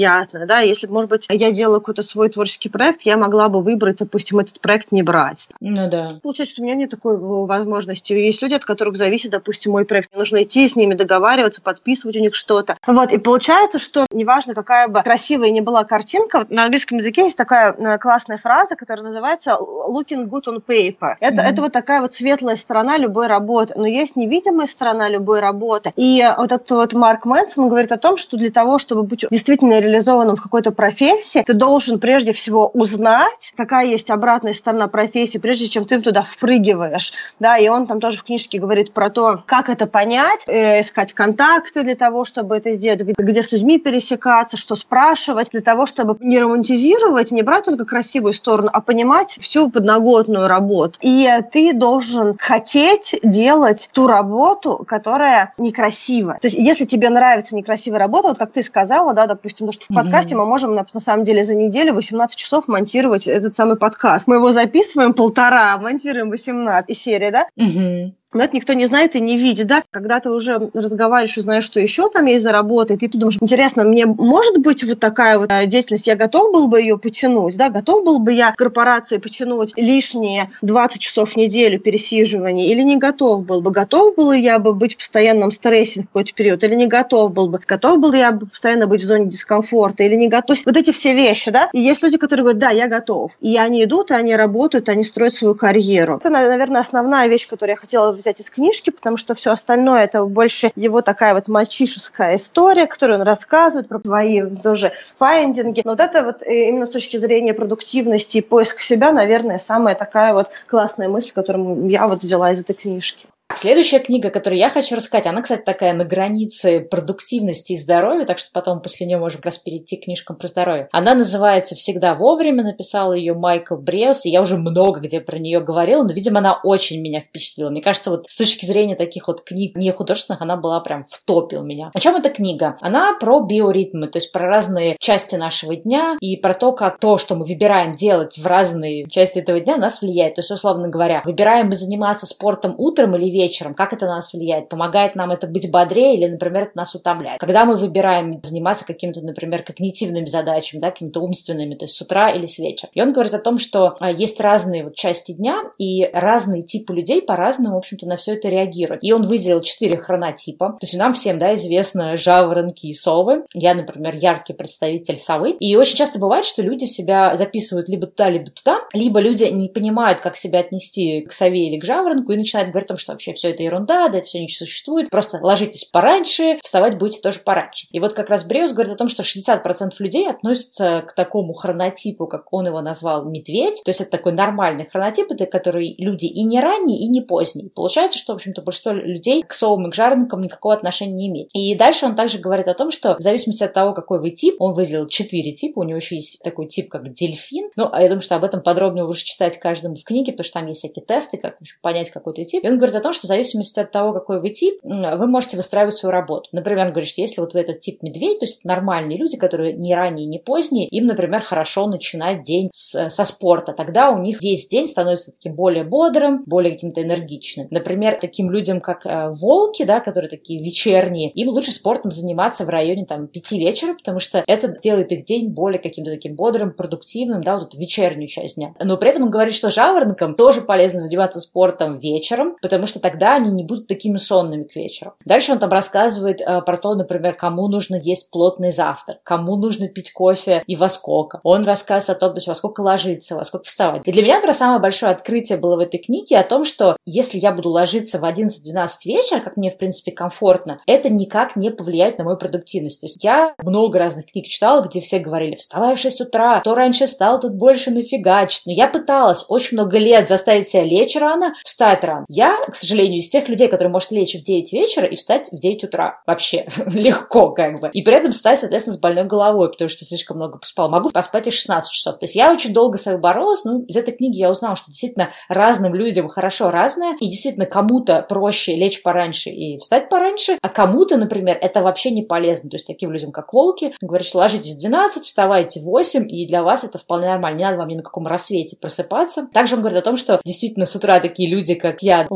приятно, да, если, может быть, я делаю какой-то свой творческий проект, я могла бы выбрать, допустим, этот проект не брать. Ну да. Получается, что у меня нет такой возможности. Есть люди, от которых зависит, допустим, мой проект. Мне нужно идти с ними, договариваться, подписывать у них что-то. Вот, и получается, что неважно, какая бы красивая ни была картинка, на английском языке есть такая классная фраза, которая называется looking good on paper. Это вот такая вот светлая сторона любой работы. Но есть невидимая сторона любой работы. И вот этот вот Марк Мэнсон говорит о том, что для того, чтобы быть действительно реализованным в какой-то профессии, ты должен прежде всего узнать, какая есть обратная сторона профессии, прежде чем ты туда впрыгиваешь. Да, и он там тоже в книжке говорит про то, как это понять, искать контакты для того, чтобы это сделать, где с людьми пересекаться, что спрашивать, для того, чтобы не романтизировать, не брать только красивую сторону, а понимать всю подноготную работу. И ты должен хотеть делать ту работу, которая некрасивая. То есть, если тебе нравится некрасивая работа, вот как ты сказала, да, допустим, потому что в подкасте мы можем на самом деле за неделю 18 часов монтировать этот самый подкаст. Мы его записываем 1,5, монтируем 18 серий, да? Но это никто не знает и не видит, да? Когда ты уже разговариваешь и знаешь, что еще там есть за работой, ты думаешь, интересно, мне может быть вот такая вот деятельность, я готов был бы ее потянуть, да? Готов был бы я в корпорации потянуть лишние 20 часов в неделю пересиживания или не готов был бы? Готов был я бы быть в постоянном стрессе в какой-то период или не готов был бы? Готов был я бы постоянно быть в зоне дискомфорта или не готов? Вот эти все вещи, да? И есть люди, которые говорят, да, я готов. И они идут, и они работают, и они строят свою карьеру. Это, наверное, основная вещь, которую я хотела взять из книжки, потому что все остальное это больше его такая вот мальчишеская история, которую он рассказывает про свои тоже файндинги. Но вот это вот именно с точки зрения продуктивности и поиска себя, наверное, самая такая вот классная мысль, которую я вот взяла из этой книжки. Следующая книга, которую я хочу рассказать, она, кстати, такая на границе продуктивности и здоровья, так что потом после нее можем как раз перейти к книжкам про здоровье. Она называется «Всегда вовремя», написал ее Майкл Бреус, и я уже много где про нее говорила, но, видимо, она очень меня впечатлила. Мне кажется, вот с точки зрения таких вот книг не художественных, она была прям в топе у меня. О чем эта книга? Она про биоритмы, то есть про разные части нашего дня и про то, как то, что мы выбираем делать в разные части этого дня, нас влияет. То есть, условно говоря, выбираем мы заниматься спортом утром или вечером, как это на нас влияет? Помогает нам это быть бодрее или, например, это нас утомляет? Когда мы выбираем заниматься какими-то, например, когнитивными задачами, да, какими-то умственными, то есть с утра или с вечера. И он говорит о том, что есть разные вот части дня, и разные типы людей по-разному, в общем-то, на все это реагируют. И он выделил 4 хронотипа. То есть нам всем, да, известно жаворонки и совы. Я, например, яркий представитель совы. И очень часто бывает, что люди себя записывают либо туда, либо люди не понимают, как себя отнести к сове или к жаворонку, и начинают говорить о том, что вообще все это ерунда, да, это все не существует, просто ложитесь пораньше, вставать будете тоже пораньше. И вот как раз Бреус говорит о том, что 60% людей относятся к такому хронотипу, как он его назвал, медведь, то есть это такой нормальный хронотип, это который люди и не ранние, и не поздние. Получается, что, в общем-то, большинство людей к совам и к жаворонкам никакого отношения не имеет. И дальше он также говорит о том, что в зависимости от того, какой вы тип, он выделил 4 типа, у него еще есть такой тип, как дельфин, ну, а я думаю, что об этом подробно лучше читать каждому в книге, потому что там есть всякие тесты, как, в общем, понять, какой ты тип. И он говорит о том, что в зависимости от того, какой вы тип, вы можете выстраивать свою работу. Например, он говорит, что если вот вы этот тип медведь, то есть нормальные люди, которые не ранние, не поздние, им, например, хорошо начинать день со спорта. Тогда у них весь день становится таким более бодрым, более каким-то энергичным. Например, таким людям, как волки, да, которые такие вечерние, им лучше спортом заниматься в районе там 5 вечера, потому что это делает их день более каким-то таким бодрым, продуктивным, да, вот эту вечернюю часть дня. Но при этом он говорит, что жаворонкам тоже полезно заниматься спортом вечером, потому что тогда они не будут такими сонными к вечеру. Дальше он там рассказывает про то, например, кому нужно есть плотный завтрак, кому нужно пить кофе и во сколько. Он рассказывает о том, то есть во сколько ложиться, во сколько вставать. И для меня, например, самое большое открытие было в этой книге о том, что если я буду ложиться в 11-12 вечера, как мне, в принципе, комфортно, это никак не повлияет на мою продуктивность. То есть я много разных книг читала, где все говорили, вставай в 6 утра, кто раньше встал, тот больше нафигачит. Но я пыталась очень много лет заставить себя лечь рано, встать рано. Я, к сожалению, из тех людей, которые может лечь в 9 вечера и встать в 9 утра. Вообще легко как бы. И при этом встать, соответственно, с больной головой, потому что слишком много поспал. Могу поспать и 16 часов. То есть я очень долго с собой боролась, но из этой книги я узнала, что действительно разным людям хорошо разное, и действительно кому-то проще лечь пораньше и встать пораньше, а кому-то, например, это вообще не полезно. То есть таким людям, как волки, говорят, что ложитесь в 12, вставайте в 8, и для вас это вполне нормально. Не надо вам ни на каком рассвете просыпаться. Также он говорит о том, что действительно с утра такие люди, как я, волки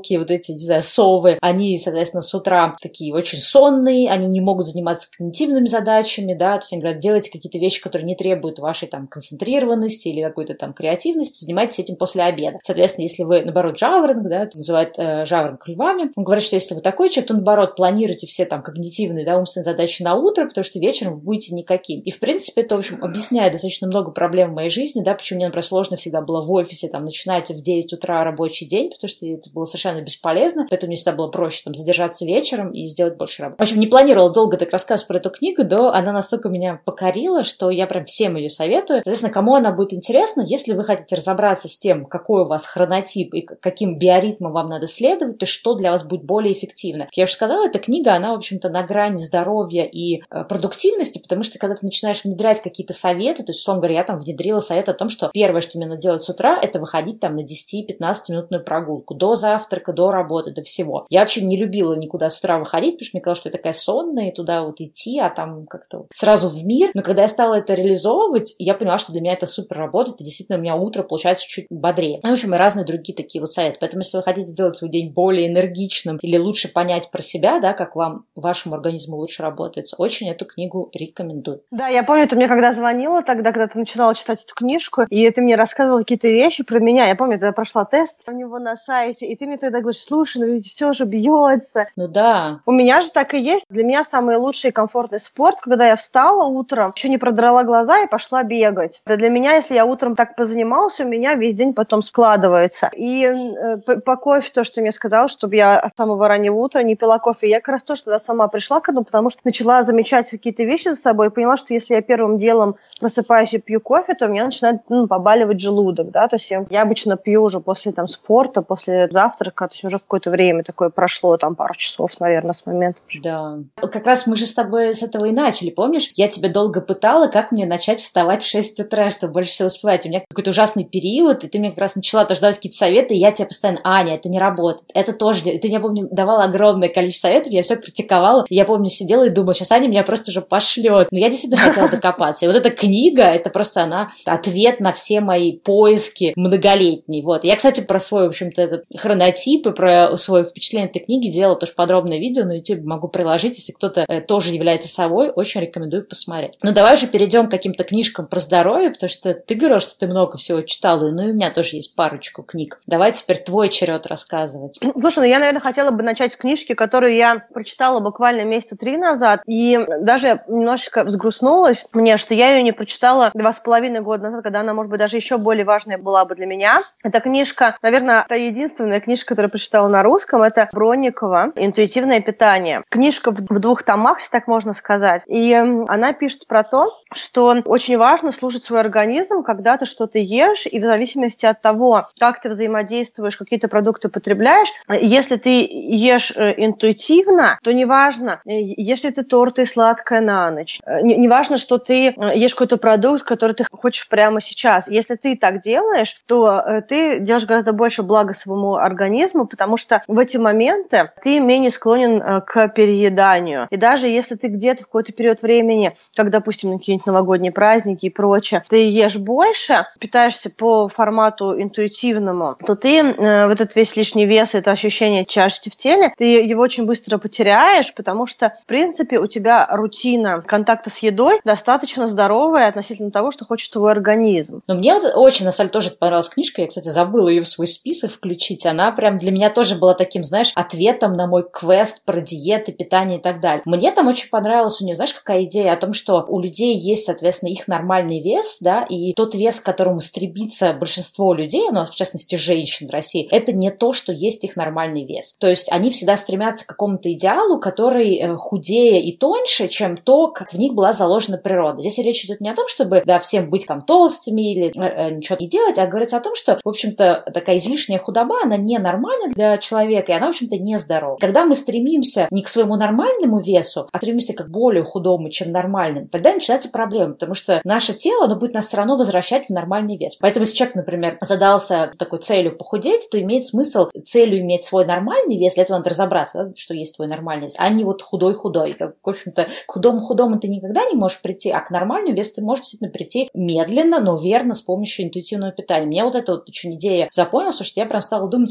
мелкие вот эти, не знаю, совы, они, соответственно, с утра такие очень сонные, они не могут заниматься когнитивными задачами, да, то есть они говорят, делайте какие-то вещи, которые не требуют вашей там концентрированности или какой-то там креативности, занимайтесь этим после обеда. Соответственно, если вы, наоборот, жаворонок, да, это называют жаворонок львами, он говорит, что если вы такой человек, то, наоборот, планируйте все там когнитивные, да, умственные задачи на утро, потому что вечером вы будете никаким. И, в принципе, это, в общем, объясняет достаточно много проблем в моей жизни, да, почему мне, например, сложно всегда было в офисе, там, начинать в 9 утра рабочий день, потому что это было совершенно бесполезно, поэтому мне всегда было проще там задержаться вечером и сделать больше работы. В общем, не планировала долго так рассказывать про эту книгу, но она настолько меня покорила, что я прям всем ее советую. Соответственно, кому она будет интересна, если вы хотите разобраться с тем, какой у вас хронотип и каким биоритмом вам надо следовать, то что для вас будет более эффективно. Как я уже сказала, эта книга, она, в общем-то, на грани здоровья и продуктивности, потому что когда ты начинаешь внедрять какие-то советы, то есть, условно говоря, я там внедрила совет о том, что первое, что мне надо делать с утра, это выходить там на 10-15-минутную прогулку до завтрака, до работы, до всего. Я вообще не любила никуда с утра выходить, потому что мне казалось, что я такая сонная, и туда вот идти, а там как-то сразу в мир. Но когда я стала это реализовывать, я поняла, что для меня это супер работает, и действительно у меня утро получается чуть бодрее. Ну, в общем, и разные другие такие вот советы. Поэтому, если вы хотите сделать свой день более энергичным или лучше понять про себя, да, как вам, вашему организму лучше работает, очень эту книгу рекомендую. Да, я помню, ты мне когда звонила тогда, когда ты начинала читать эту книжку, и ты мне рассказывала какие-то вещи про меня. Я помню, я прошла тест у него на сайте, и ты мне тогда говоришь, слушай, ну ведь все же бьется. Ну да. У меня же так и есть. Для меня самый лучший и комфортный спорт, когда я встала утром, еще не продрала глаза и пошла бегать. Это для меня, если я утром так позанималась, у меня весь день потом складывается. И по кофе, то, что ты мне сказал, чтобы я с самого раннего утра не пила кофе, я как раз тоже тогда сама пришла к этому, потому что начала замечать какие-то вещи за собой и поняла, что если я первым делом просыпаюсь и пью кофе, то у меня начинает побаливать желудок, да, то есть я обычно пью уже после там спорта, после завтрака, то есть уже какое-то время такое прошло, там пару часов, наверное, с момента. Да. Как раз мы же с тобой с этого и начали, помнишь? Я тебя долго пытала, как мне начать вставать в 6 утра, чтобы больше всего успевать. У меня какой-то ужасный период, и ты мне как раз начала тоже давать какие-то советы, и я тебе постоянно, Аня, это не работает, это тоже... И ты мне, помню, давала огромное количество советов, я все практиковала, и я помню, сидела и думала, сейчас Аня меня просто уже пошлет. Но я действительно хотела докопаться. И вот эта книга, это просто она ответ на все мои поиски многолетние. Вот. Я, кстати, про свой, в общем-то, этот хронотип и про свое впечатление этой книги делала тоже подробное видео на YouTube, могу приложить, если кто-то тоже является совой, очень рекомендую посмотреть. Ну, давай же перейдем к каким-то книжкам про здоровье, потому что ты говорила, что ты много всего читала, ну и у меня тоже есть парочку книг. Давай теперь твой черед рассказывать. Слушай, ну я, наверное, хотела бы начать с книжки, которую я прочитала буквально месяца 3 назад, и даже немножечко взгрустнулась мне, что я ее не прочитала 2,5 года назад, когда она, может быть, даже еще более важная была бы для меня. Эта книжка, наверное, та единственная книжка, которую я прочитала на русском, это Бронникова «Интуитивное питание». Книжка в 2 томах, если так можно сказать. И она пишет про то, что очень важно слушать свой организм, когда ты что-то ешь, и в зависимости от того, как ты взаимодействуешь, какие то продукты потребляешь, если ты ешь интуитивно, то неважно, ешь ли ты торты и сладкое на ночь, неважно, что ты ешь какой-то продукт, который ты хочешь прямо сейчас. Если ты так делаешь, то ты делаешь гораздо больше блага своему организму, потому что в эти моменты ты менее склонен к перееданию. И даже если ты где-то в какой-то период времени, как, допустим, на какие-нибудь новогодние праздники и прочее, ты ешь больше, питаешься по формату интуитивному, то ты вот этот весь лишний вес, это ощущение тяжести в теле, ты его очень быстро потеряешь, потому что, в принципе, у тебя рутина контакта с едой достаточно здоровая относительно того, что хочет твой организм. Но мне вот очень, на самом деле, тоже понравилась книжка, я, кстати, забыла ее в свой список включить, она прям для меня тоже была таким, знаешь, ответом на мой квест про диеты, питание и так далее. Мне там очень понравилась у нее, знаешь, какая идея о том, что у людей есть, соответственно, их нормальный вес, да, и тот вес, к которому стремится большинство людей, ну, в частности, женщин в России, это не то, что есть их нормальный вес. То есть они всегда стремятся к какому-то идеалу, который худее и тоньше, чем то, как в них была заложена природа. Здесь речь идет не о том, чтобы, да, всем быть там толстыми или ничего не делать, а говорится о том, что, в общем-то, такая излишняя худоба, она ненормальна для человека, и она, в общем-то, нездорова. Когда мы стремимся не к своему нормальному весу, а стремимся к более худому, чем нормальным, тогда начинается проблема, потому что наше тело, оно будет нас все равно возвращать в нормальный вес. Поэтому, если человек, например, задался такой целью похудеть, то имеет смысл целью иметь свой нормальный вес, для этого надо разобраться, да, что есть твой нормальный вес, а не вот худой-худой. В общем-то, к худому-худому ты никогда не можешь прийти, а к нормальному весу ты можешь действительно прийти медленно, но верно, с помощью интуитивного питания. Мне вот эта вот очень идея запомнилась, что я прям стала думать о том, что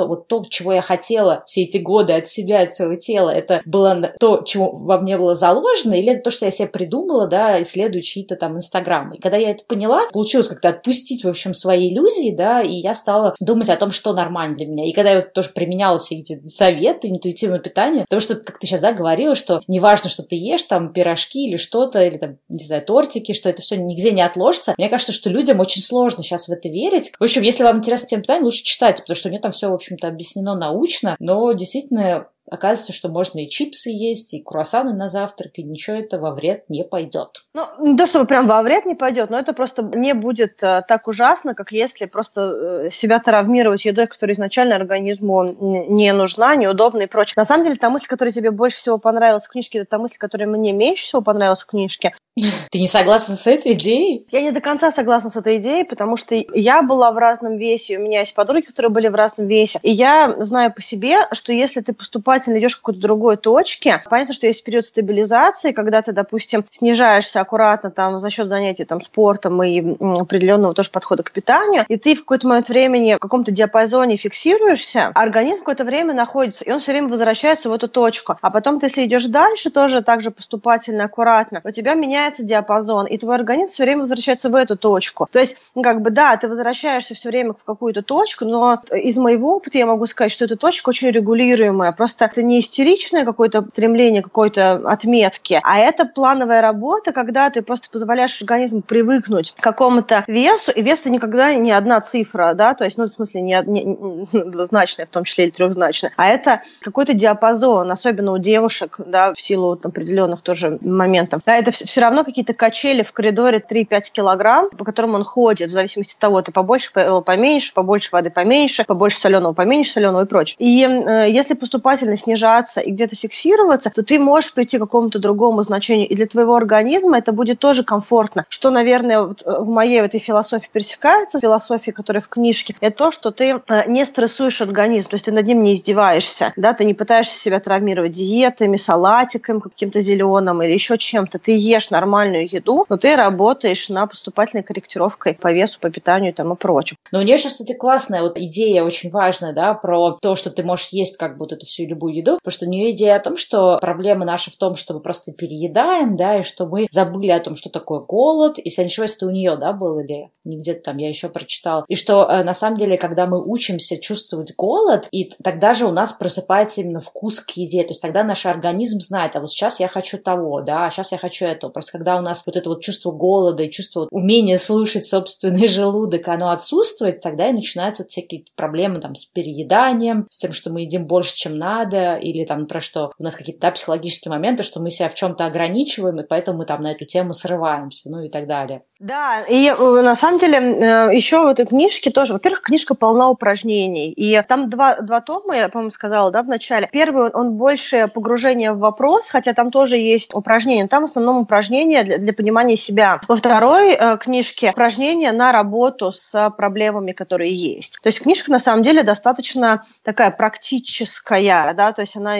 вот то, чего я хотела все эти годы от себя, от своего тела, это было то, чего во мне было заложено, или это то, что я себе придумала, да, исследуя чьи-то там инстаграмы. И когда я это поняла, получилось как-то отпустить, в общем, свои иллюзии, да, и я стала думать о том, что нормально для меня. И когда я тоже применяла все эти советы интуитивного питания, потому что, как ты сейчас, да, говорила, что неважно, что ты ешь, там, пирожки или что-то, или там, не знаю, тортики, что это все нигде не отложится. Мне кажется, что людям очень сложно сейчас в это верить. В общем, если вам интересна тема питания, лучше читайте, потому что у меня там все, в общем-то, объяснено научно, но действительно оказывается, что можно и чипсы есть, и круассаны на завтрак, и ничего это во вред не пойдет. Ну, не то чтобы прям во вред не пойдет, но это просто не будет так ужасно, как если просто себя травмировать едой, которая изначально организму не нужна, неудобна и прочее. На самом деле, та мысль, которая тебе больше всего понравилась в книжке, это та мысль, которая мне меньше всего понравилась в книжке. Ты не согласна с этой идеей? Я не до конца согласна с этой идеей, потому что я была в разном весе, у меня есть подруги, которые были в разном весе, и я знаю по себе, что если ты поступательно идешь к какой-то другой точке, понятно, что есть период стабилизации, когда ты, допустим, снижаешься аккуратно там за счет занятий там спортом и определенного тоже подхода к питанию, и ты в какой-то момент времени в каком-то диапазоне фиксируешься, а организм какое-то время находится, и он все время возвращается в эту точку. А потом ты, если идешь дальше, тоже так же поступательно, аккуратно, у тебя меняется диапазон, и твой организм все время возвращается в эту точку. То есть, как бы, да, ты возвращаешься все время в какую-то точку, но из моего опыта я могу сказать, что эта точка очень регулируемая. Просто это не истеричное какое-то стремление какой-то отметки, а это плановая работа, когда ты просто позволяешь организму привыкнуть к какому-то весу, и вес — это никогда не одна цифра, да, то есть, ну, в смысле, не двузначная, в том числе, или трехзначная, а это какой-то диапазон, особенно у девушек, да, в силу определенных тоже моментов. Да, это все равно какие-то качели в коридоре 3-5 килограмм, по которым он ходит, в зависимости от того, ты побольше поел, поменьше, побольше воды, поменьше, побольше соленого, поменьше соленого и прочее. И если поступательно снижаться и где-то фиксироваться, то ты можешь прийти к какому-то другому значению, и для твоего организма это будет тоже комфортно. Что, наверное, вот в моей этой философии пересекается с философией, которая в книжке, это то, что ты не стрессуешь организм, то есть ты над ним не издеваешься, да, ты не пытаешься себя травмировать диетами, салатиком каким-то зеленым или еще чем-то. Ты ешь нормальную еду, но ты работаешь над поступательной корректировкой по весу, по питанию и тому прочему. Но у нее сейчас, кстати, классная вот идея, очень важная, да, про то, что ты можешь есть как бы вот эту всю любую еду, потому что у нее идея о том, что проблема наша в том, что мы просто переедаем, да, и что мы забыли о том, что такое голод, и если я не ошибаюсь, это у нее, да, был, или не где-то там я еще прочитала, и что на самом деле, когда мы учимся чувствовать голод, и тогда же у нас просыпается именно вкус к еде, то есть тогда наш организм знает, а вот сейчас я хочу того, да, а сейчас я хочу этого, просто когда у нас вот это вот чувство голода и чувство умения слушать собственный желудок, оно отсутствует, тогда и начинаются всякие проблемы там с перееданием, с тем, что мы едим больше, чем надо, или там про что у нас какие-то, да, психологические моменты, что мы себя в чем-то ограничиваем, и поэтому мы там на эту тему срываемся, ну и так далее. Да, и на самом деле еще в этой книжке тоже, во-первых, книжка полна упражнений, и там два тома, я, по-моему, сказала, да, в начале. Первый, он больше погружение в вопрос, хотя там тоже есть упражнения, но там в основном упражнения для понимания себя. Во второй книжке упражнения на работу с проблемами, которые есть. То есть книжка, на самом деле, достаточно такая практическая, да, то есть она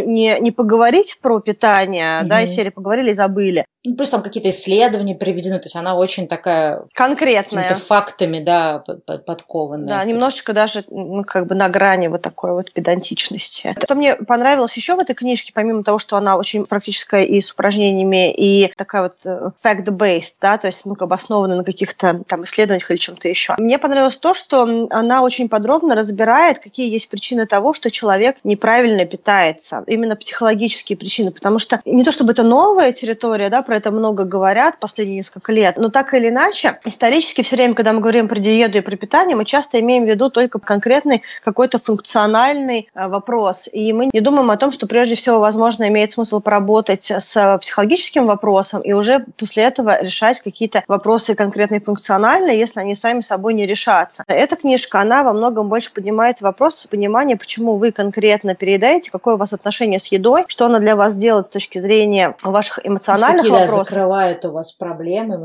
не поговорить про питание, да, из серии поговорили и забыли. Ну, плюс там какие-то исследования приведены, то есть она очень такая... конкретная. Какими-то фактами, да, подкованная. Да, немножечко даже, ну, как бы на грани вот такой вот педантичности. Что мне понравилось еще в этой книжке, помимо того, что она очень практическая и с упражнениями, и такая вот fact-based, да, то есть, ну, как бы основана на каких-то там исследованиях или чем-то еще. Мне понравилось то, что она очень подробно разбирает, какие есть причины того, что человек неправильно питается. Именно психологические причины, потому что не то чтобы это новая территория, да, про это много говорят последние несколько лет, но так или иначе, исторически все время, когда мы говорим про диету и про питание, мы часто имеем в виду только конкретный какой-то функциональный вопрос. И мы не думаем о том, что прежде всего, возможно, имеет смысл поработать с психологическим вопросом и уже после этого решать какие-то вопросы конкретные функциональные, если они сами собой не решатся. Эта книжка, она во многом больше поднимает вопрос понимания, почему вы конкретно переедаете, какое у вас отношение с едой, что она для вас делает с точки зрения ваших эмоциональных вопросов. Закрывает у вас проблемы эмоциональные.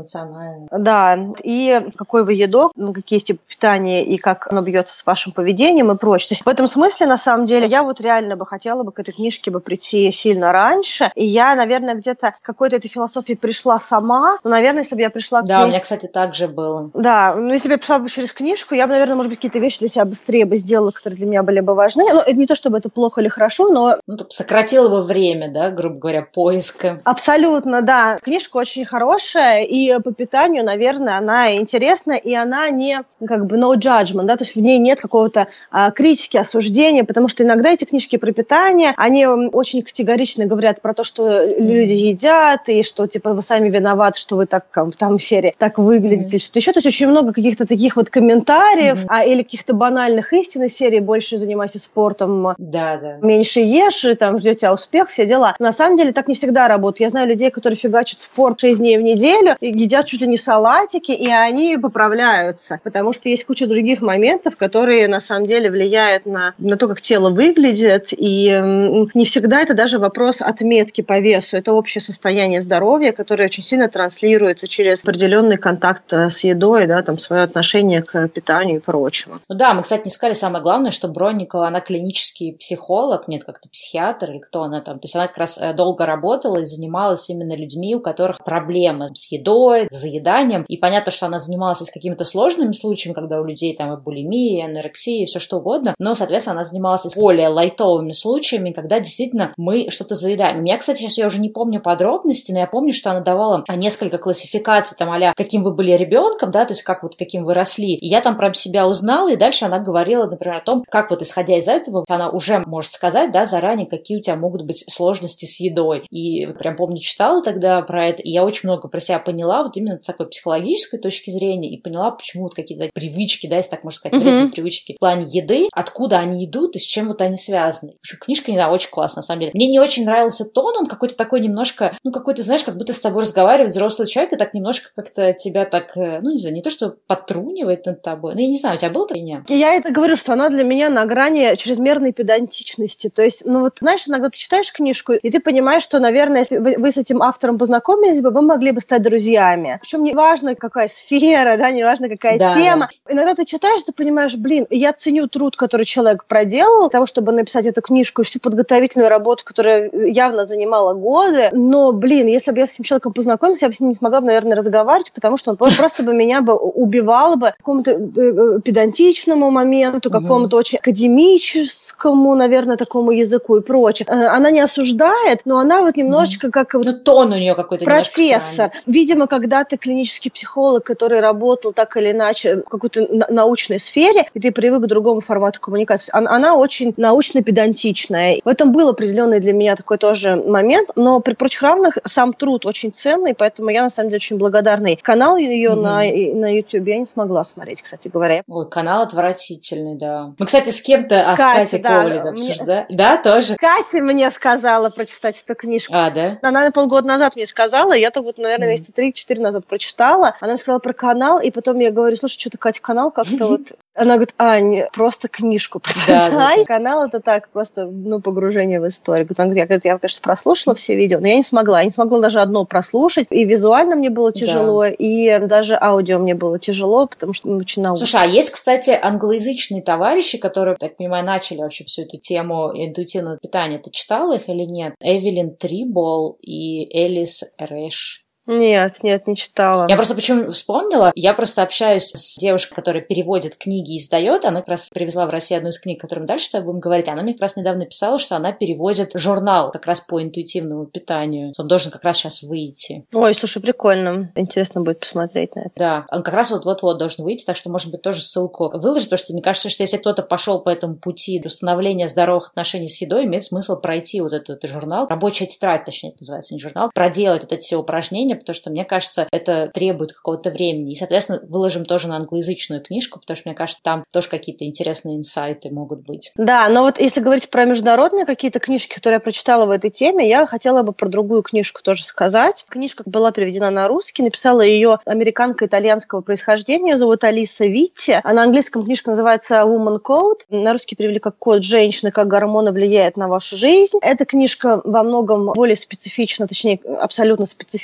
нормально. Да, и какой вы едок, какие есть типы питания и как оно бьется с вашим поведением и прочее. То есть в этом смысле, на самом деле, я вот реально бы хотела бы к этой книжке бы прийти сильно раньше. И я, наверное, где-то к какой-то этой философии пришла сама. Но, наверное, если бы я пришла к Да, ней... у меня, кстати, так же было. Да, ну если бы я пришла бы через книжку, я бы, наверное, может быть, какие-то вещи для себя быстрее бы сделала, которые для меня были бы важны. Ну, это не то, чтобы это плохо или хорошо, но... Ну, тут сократило бы время, да, грубо говоря, поиска. Абсолютно, да. Книжка очень хорошая, и по питанию, наверное, она интересна, и она не, как бы, no judgment, да, то есть в ней нет какого-то критики, осуждения, потому что иногда эти книжки про питание, они очень категорично говорят про то, что люди едят, и что, типа, вы сами виноваты, что вы так, там, в серии, так выглядите, что-то еще. То есть очень много каких-то таких вот комментариев, или каких-то банальных истин из серии «больше занимайся спортом, меньше ешь, и там ждет тебя успех», все дела. На самом деле так не всегда работает. Я знаю людей, которые фигачат спорт 6 дней в неделю, и едят чуть ли не салатики, и они поправляются, потому что есть куча других моментов, которые на самом деле влияют на то, как тело выглядит, и не всегда это даже вопрос отметки по весу, это общее состояние здоровья, которое очень сильно транслируется через определенный контакт с едой, да, там, свое отношение к питанию и прочему. Ну да, мы, кстати, не сказали самое главное, что Бронникова, она клинический психолог, нет, как-то психиатр или кто она там, то есть она как раз долго работала и занималась именно людьми, у которых проблемы с едой, с заеданием, и понятно, что она занималась с какими-то сложными случаями, когда у людей там и булимия, и анорексия, и все что угодно, но, соответственно, она занималась с более лайтовыми случаями, когда действительно мы что-то заедаем. Я, кстати, сейчас я уже не помню подробности, но я помню, что она давала несколько классификаций, там, а-ля, каким вы были ребенком, да, то есть как вот, каким вы росли, и я там прям себя узнала, и дальше она говорила, например, о том, как вот, исходя из этого, она уже может сказать, да, заранее, какие у тебя могут быть сложности с едой. И вот прям помню, читала тогда про это, и я очень много про себя поняла, вот именно с такой психологической точки зрения, и поняла, почему вот какие-то привычки, да, если так можно сказать, вредные привычки в плане еды, откуда они идут и с чем вот они связаны. В общем, книжка, не знаю, очень классная, на самом деле. Мне не очень нравился тон, он какой-то такой немножко, ну, какой-то, знаешь, как будто с тобой разговаривает взрослый человек, и так немножко как-то тебя так, ну, не знаю, не то, что подтрунивает над тобой, ну, я не знаю, у тебя было такое? Я это говорю, что она для меня на грани чрезмерной педантичности. То есть, ну, вот, знаешь, иногда ты читаешь книжку, и ты понимаешь, что, наверное, если вы с этим автором познакомились бы, вы могли бы стать друзьями. Причем не важно, какая сфера, да, не важно, какая тема. Да. Иногда ты читаешь, ты понимаешь, блин, я ценю труд, который человек проделал, для того, чтобы написать эту книжку и всю подготовительную работу, которая явно занимала годы. Но, блин, если бы я с этим человеком познакомилась, я бы с ним не смогла, наверное, разговаривать, потому что он просто бы меня бы убивал бы какому-то педантичному моменту, какому-то очень академическому, наверное, такому языку и прочее. Она не осуждает, но она вот немножечко как... Ну, тон у нее какой-то профессор. Видимо, когда ты клинический психолог, который работал так или иначе в какой-то научной сфере, и ты привык к другому формату коммуникации, она очень научно-педантичная. В этом был определенный для меня такой тоже момент, но при прочих равных сам труд очень ценный, поэтому я, на самом деле, очень благодарна. Канал ее на YouTube я не смогла смотреть, кстати говоря. Ой, канал отвратительный, да. Мы, кстати, с кем-то с Катей Ковалевой обсуждали. Да, тоже? Катя мне сказала прочитать эту книжку. Да? Она полгода назад мне сказала, я так вот, наверное, месяца 3-4 назад прочитала. Она мне сказала про канал, и потом я говорю, слушай, что-то, Катя, канал как-то вот... Она говорит, Ань, просто книжку прочитай. Да. Канал это так, просто, погружение в историю. Она говорит, я, конечно, прослушала все видео, но я не смогла. Я не смогла даже одно прослушать. И визуально мне было тяжело, и даже аудио мне было тяжело, потому что очень научно. Слушай, а есть, кстати, англоязычные товарищи, которые, так понимаю, начали вообще всю эту тему интуитивного питания. Ты читала их или нет? Эвелин Трибол и Элис Рэш. Нет, не читала. Я просто почему вспомнила, я просто общаюсь с девушкой, которая переводит книги и издает, она как раз привезла в Россию одну из книг, о которой мы дальше будем говорить, она мне как раз недавно писала, что она переводит журнал как раз по интуитивному питанию, он должен как раз сейчас выйти. Ой, слушай, прикольно, интересно будет посмотреть на это. Да, он как раз вот-вот должен выйти, так что, может быть, тоже ссылку выложить, потому что мне кажется, что если кто-то пошел по этому пути для установления здоровых отношений с едой, имеет смысл пройти вот этот журнал, рабочая тетрадь, точнее, это называется, не журнал, проделать вот эти все упражнения, потому что, мне кажется, это требует какого-то времени. И, соответственно, выложим тоже на англоязычную книжку, потому что, мне кажется, там тоже какие-то интересные инсайты могут быть. Да, но вот если говорить про международные какие-то книжки, которые я прочитала в этой теме, я хотела бы про другую книжку тоже сказать. Книжка была переведена на русский, написала ее американка итальянского происхождения, ее зовут Алиса Витти. А на английском книжка называется Woman Code. На русский перевели как «Код женщины, как гормоны влияют на вашу жизнь». Эта книжка во многом более специфична, точнее, абсолютно специфична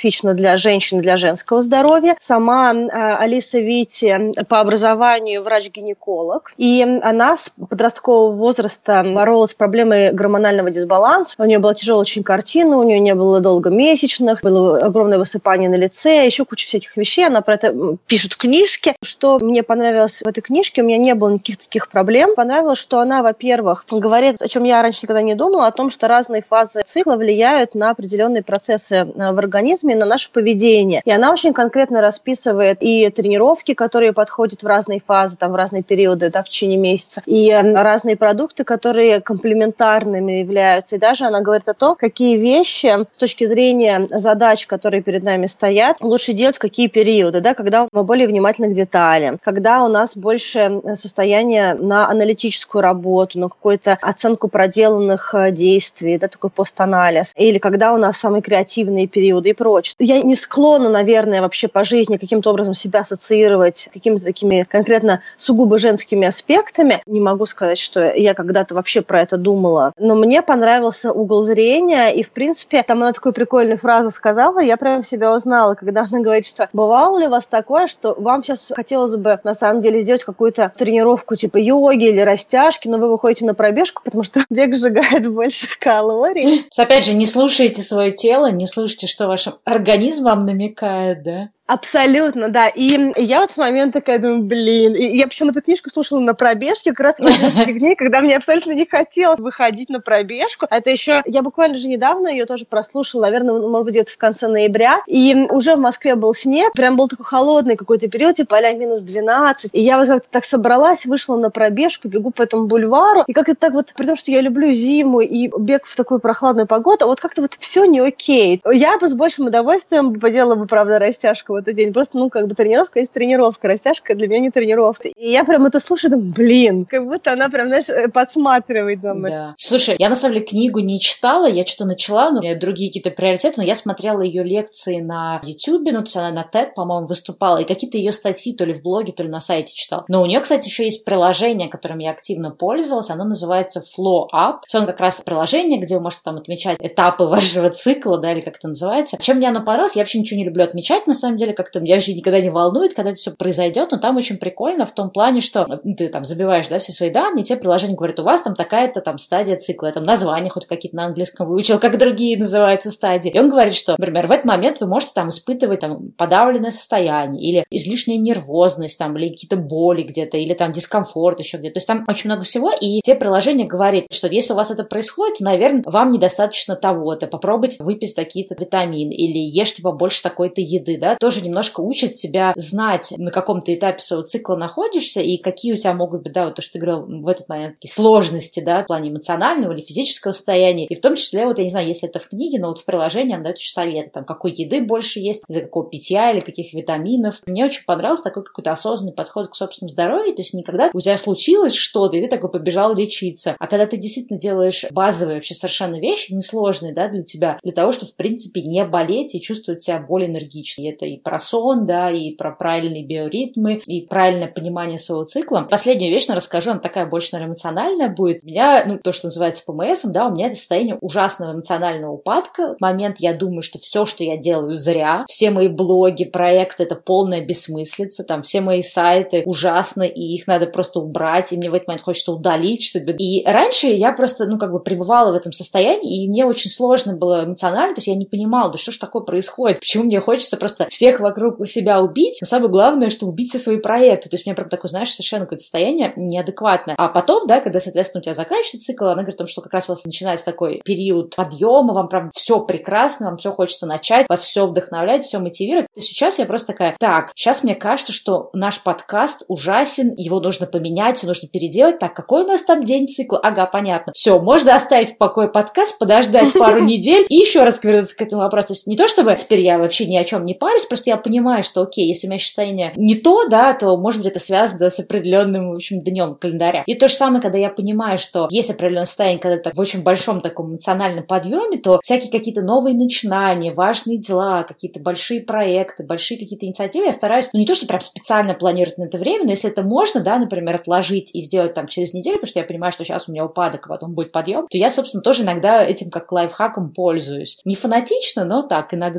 для женщин, для женского здоровья. Сама Алиса Витти по образованию врач-гинеколог, и она с подросткового возраста боролась с проблемой гормонального дисбаланса. У нее была тяжелая очень картина, у нее не было долго месячных, было огромное высыпание на лице, еще куча всяких вещей. Она про это пишет в книжке. Что мне понравилось в этой книжке, у меня не было никаких таких проблем. Понравилось, что она, во-первых, говорит, о чем я раньше никогда не думала, о том, что разные фазы цикла влияют на определенные процессы в организме, на наше поведение. И она очень конкретно расписывает и тренировки, которые подходят в разные фазы, там, в разные периоды, да, в течение месяца, и разные продукты, которые комплементарными являются. И даже она говорит о том, какие вещи с точки зрения задач, которые перед нами стоят, лучше делать в какие периоды, да, когда мы более внимательны к деталям, когда у нас больше состояние на аналитическую работу, на какую-то оценку проделанных действий, да, такой постанализ, или когда у нас самые креативные периоды и прочее. Я не склонна, наверное, вообще по жизни каким-то образом себя ассоциировать какими-то такими конкретно сугубо женскими аспектами. Не могу сказать, что я когда-то вообще про это думала. Но мне понравился угол зрения, и, в принципе, там она такую прикольную фразу сказала, я прям себя узнала, когда она говорит, что бывало ли у вас такое, что вам сейчас хотелось бы, на самом деле, сделать какую-то тренировку типа йоги или растяжки, но вы выходите на пробежку, потому что бег сжигает больше калорий. Опять же, не слушайте свое тело, не слушайте, что ваш организм вам намекает, да? Абсолютно, да. И я в этот момент такая думаю, блин. И я причем эту книжку слушала на пробежке, как раз в один из тех дней, когда мне абсолютно не хотелось выходить на пробежку. Это еще, я буквально же недавно ее тоже прослушала, наверное, может быть, где-то в конце ноября. И уже в Москве был снег, прям был такой холодный какой-то период, типа а-ля -12. И я вот как-то так собралась, вышла на пробежку, бегу по этому бульвару. И как-то так вот, при том, что я люблю зиму и бег в такую прохладную погоду, вот как-то вот все не окей. Я бы с большим удовольствием поделала бы, правда, растяжку в этот день. Просто, тренировка есть тренировка. Растяжка для меня не тренировка. И я прям это слушаю, думаю, блин, как будто она прям, знаешь, подсматривает за мной. Да. Слушай, я на самом деле книгу не читала, я что-то начала, но у меня другие какие-то приоритеты, но я смотрела ее лекции на YouTube, то есть она на TED, по-моему, выступала, и какие-то ее статьи то ли в блоге, то ли на сайте читала. Но у нее, кстати, еще есть приложение, которым я активно пользовалась, оно называется Flow Up. Оно как раз приложение, где вы можете там отмечать этапы вашего цикла, да, или как это называется. Чем мне оно понравилось, я вообще ничего не люблю отмечать, на самом деле, как-то меня вообще никогда не волнует, когда это все произойдет, но там очень прикольно в том плане, что ты там забиваешь, да, все свои данные, и тебе приложение говорит, у вас там такая-то там стадия цикла, там название хоть какие-то на английском выучил, как другие называются стадии. И он говорит, что, например, в этот момент вы можете там испытывать там подавленное состояние или излишняя нервозность, там, или какие-то боли где-то, или там дискомфорт еще где-то. То есть там очень много всего, и тебе приложение говорит, что если у вас это происходит, то, наверное, вам недостаточно того-то, попробуйте выпить такие-то витамины или ешьте побольше такой-то еды, да, тоже немножко учит тебя знать, на каком-то этапе своего цикла находишься и какие у тебя могут быть, да, вот то, что ты говорил в этот момент, такие сложности, да, в плане эмоционального или физического состояния. И в том числе, вот я не знаю, если это в книге, но вот в приложении она дает еще советы, там, какой еды больше есть, из-за какого питья или каких витаминов. Мне очень понравился такой какой-то осознанный подход к собственному здоровью, то есть никогда у тебя случилось что-то, и ты такой побежал лечиться. А когда ты действительно делаешь базовые вообще совершенно вещи, несложные, да, для тебя, для того, чтобы, в принципе, не болеть и чувствовать себя более энергично. И это и про сон, да, и про правильные биоритмы, и правильное понимание своего цикла. Последнюю вещь, наверное, расскажу, она такая больше, наверное, эмоциональная будет. У меня, то, что называется ПМСом, да, у меня это состояние ужасного эмоционального упадка. В момент я думаю, что все, что я делаю, зря. Все мои блоги, проекты — это полная бессмыслица. Там все мои сайты ужасны, и их надо просто убрать, и мне в этот момент хочется удалить что-то. И раньше я просто, пребывала в этом состоянии, и мне очень сложно было эмоционально, то есть я не понимала, да что ж такое происходит, почему мне хочется просто всех вокруг себя убить, но самое главное, что убить все свои проекты. То есть у меня прям такое, знаешь, совершенно какое-то состояние неадекватное. А потом, да, когда, соответственно, у тебя заканчивается цикл, она говорит о том, что как раз у вас начинается такой период подъема, вам прям все прекрасно, вам все хочется начать, вас все вдохновляет, все мотивирует. И сейчас я просто такая, так, сейчас мне кажется, что наш подкаст ужасен, его нужно поменять, его нужно переделать. Так, какой у нас там день цикла? Ага, понятно. Все, можно оставить в покое подкаст, подождать пару недель и еще раз вернуться к этому вопросу. То есть не то, чтобы теперь я вообще ни о чем не парюсь, просто я понимаю, что окей, если у меня состояние не то, да, то, может быть, это связано с определенным, в общем, днем календаря. И то же самое, когда я понимаю, что есть определенное состояние, когда ты в очень большом таком эмоциональном подъеме, то всякие какие-то новые начинания, важные дела, какие-то большие проекты, большие какие-то инициативы я стараюсь, не то, что прям специально планировать на это время, но если это можно, да, например, отложить и сделать там через неделю, потому что я понимаю, что сейчас у меня упадок, а потом будет подъем, то я, собственно, тоже иногда этим как лайфхаком пользуюсь. Не фанатично, но так, иногда.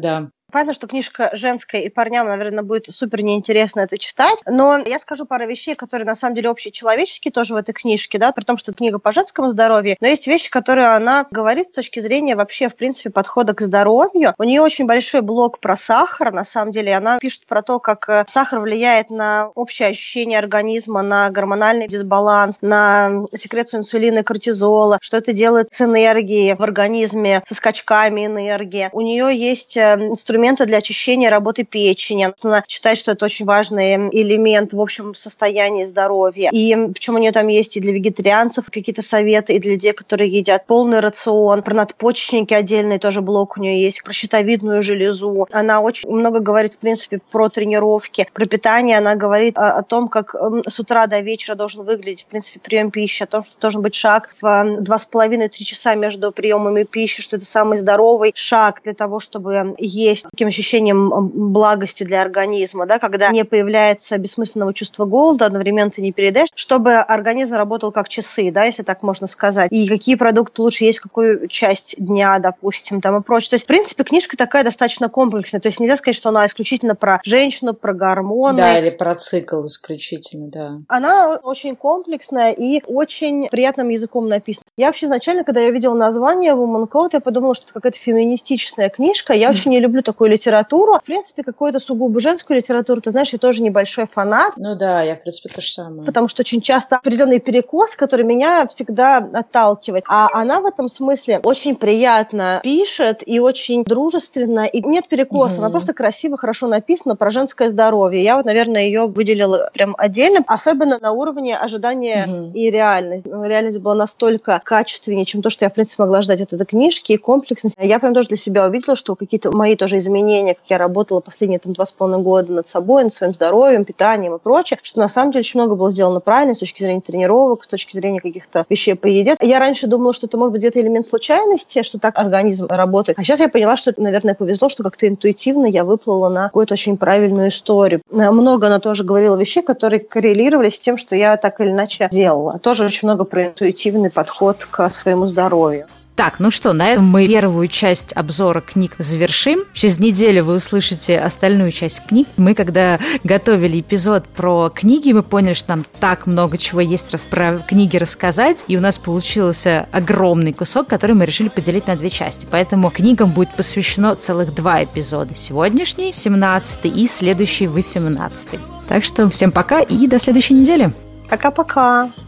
Понятно, что книжка женская, и парням, наверное, будет супер неинтересно это читать, но я скажу пару вещей, которые на самом деле общечеловеческие тоже в этой книжке, да, при том, что это книга по женскому здоровью, но есть вещи, которые она говорит с точки зрения вообще, в принципе, подхода к здоровью. У нее очень большой блог про сахар, на самом деле, она пишет про то, как сахар влияет на общее ощущение организма, на гормональный дисбаланс, на секрецию инсулина и кортизола, что это делает с энергией в организме, со скачками энергии. У нее есть инструменты для очищения работы печени. Она считает, что это очень важный элемент в общем состоянии здоровья. И причем у нее там есть и для вегетарианцев какие-то советы, и для людей, которые едят полный рацион. Про надпочечники отдельный тоже блок у нее есть, про щитовидную железу. Она очень много говорит, в принципе, про тренировки, про питание. Она говорит о том, как с утра до вечера должен выглядеть, в принципе, прием пищи, о том, что должен быть шаг в 2,5-3 часа между приемами пищи, что это самый здоровый шаг для того, чтобы есть таким ощущением благости для организма, да, когда не появляется бессмысленного чувства голода, одновременно ты не передаешь, чтобы организм работал как часы, да, если так можно сказать. И какие продукты лучше есть, какую часть дня, допустим, там и прочее. То есть, в принципе, книжка такая достаточно комплексная. То есть нельзя сказать, что она исключительно про женщину, про гормоны. Да, или про цикл исключительно, да. Она очень комплексная и очень приятным языком написана. Я вообще изначально, когда я видела название Woman Code, я подумала, что это какая-то феминистичная книжка. Я очень не люблю такую литературу. В принципе, какую-то сугубо женскую литературу, ты знаешь, я тоже небольшой фанат. Ну да, я, в принципе, то же самое. Потому что очень часто определенный перекос, который меня всегда отталкивает. А она в этом смысле очень приятно пишет и очень дружественно. И нет перекоса, она просто красиво, хорошо написана про женское здоровье. Я вот, наверное, ее выделила прям отдельно, особенно на уровне ожидания и реальности. Реальность была настолько качественнее, чем то, что я, в принципе, могла ждать от этой книжки, и комплексность. Я прям тоже для себя увидела, что какие-то мои тоже изменения, как я работала последние 2,5 года над собой, над своим здоровьем, питанием и прочее, что на самом деле очень много было сделано правильно с точки зрения тренировок, с точки зрения каких-то вещей по еде. Я раньше думала, что это может быть где-то элемент случайности, что так организм работает. А сейчас я поняла, что это, наверное, повезло, что как-то интуитивно я выплыла на какую-то очень правильную историю. Много она тоже говорила вещей, которые коррелировались с тем, что я так или иначе делала. Тоже очень много про интуитивный подход к своему здоровью. Так, ну что, на этом мы первую часть обзора книг завершим. Через неделю вы услышите остальную часть книг. Мы, когда готовили эпизод про книги, мы поняли, что нам так много чего есть про книги рассказать, и у нас получился огромный кусок, который мы решили поделить на 2 части. Поэтому книгам будет посвящено целых 2 эпизода. Сегодняшний, 17-й, и следующий, 18-й. Так что всем пока и до следующей недели. Пока-пока.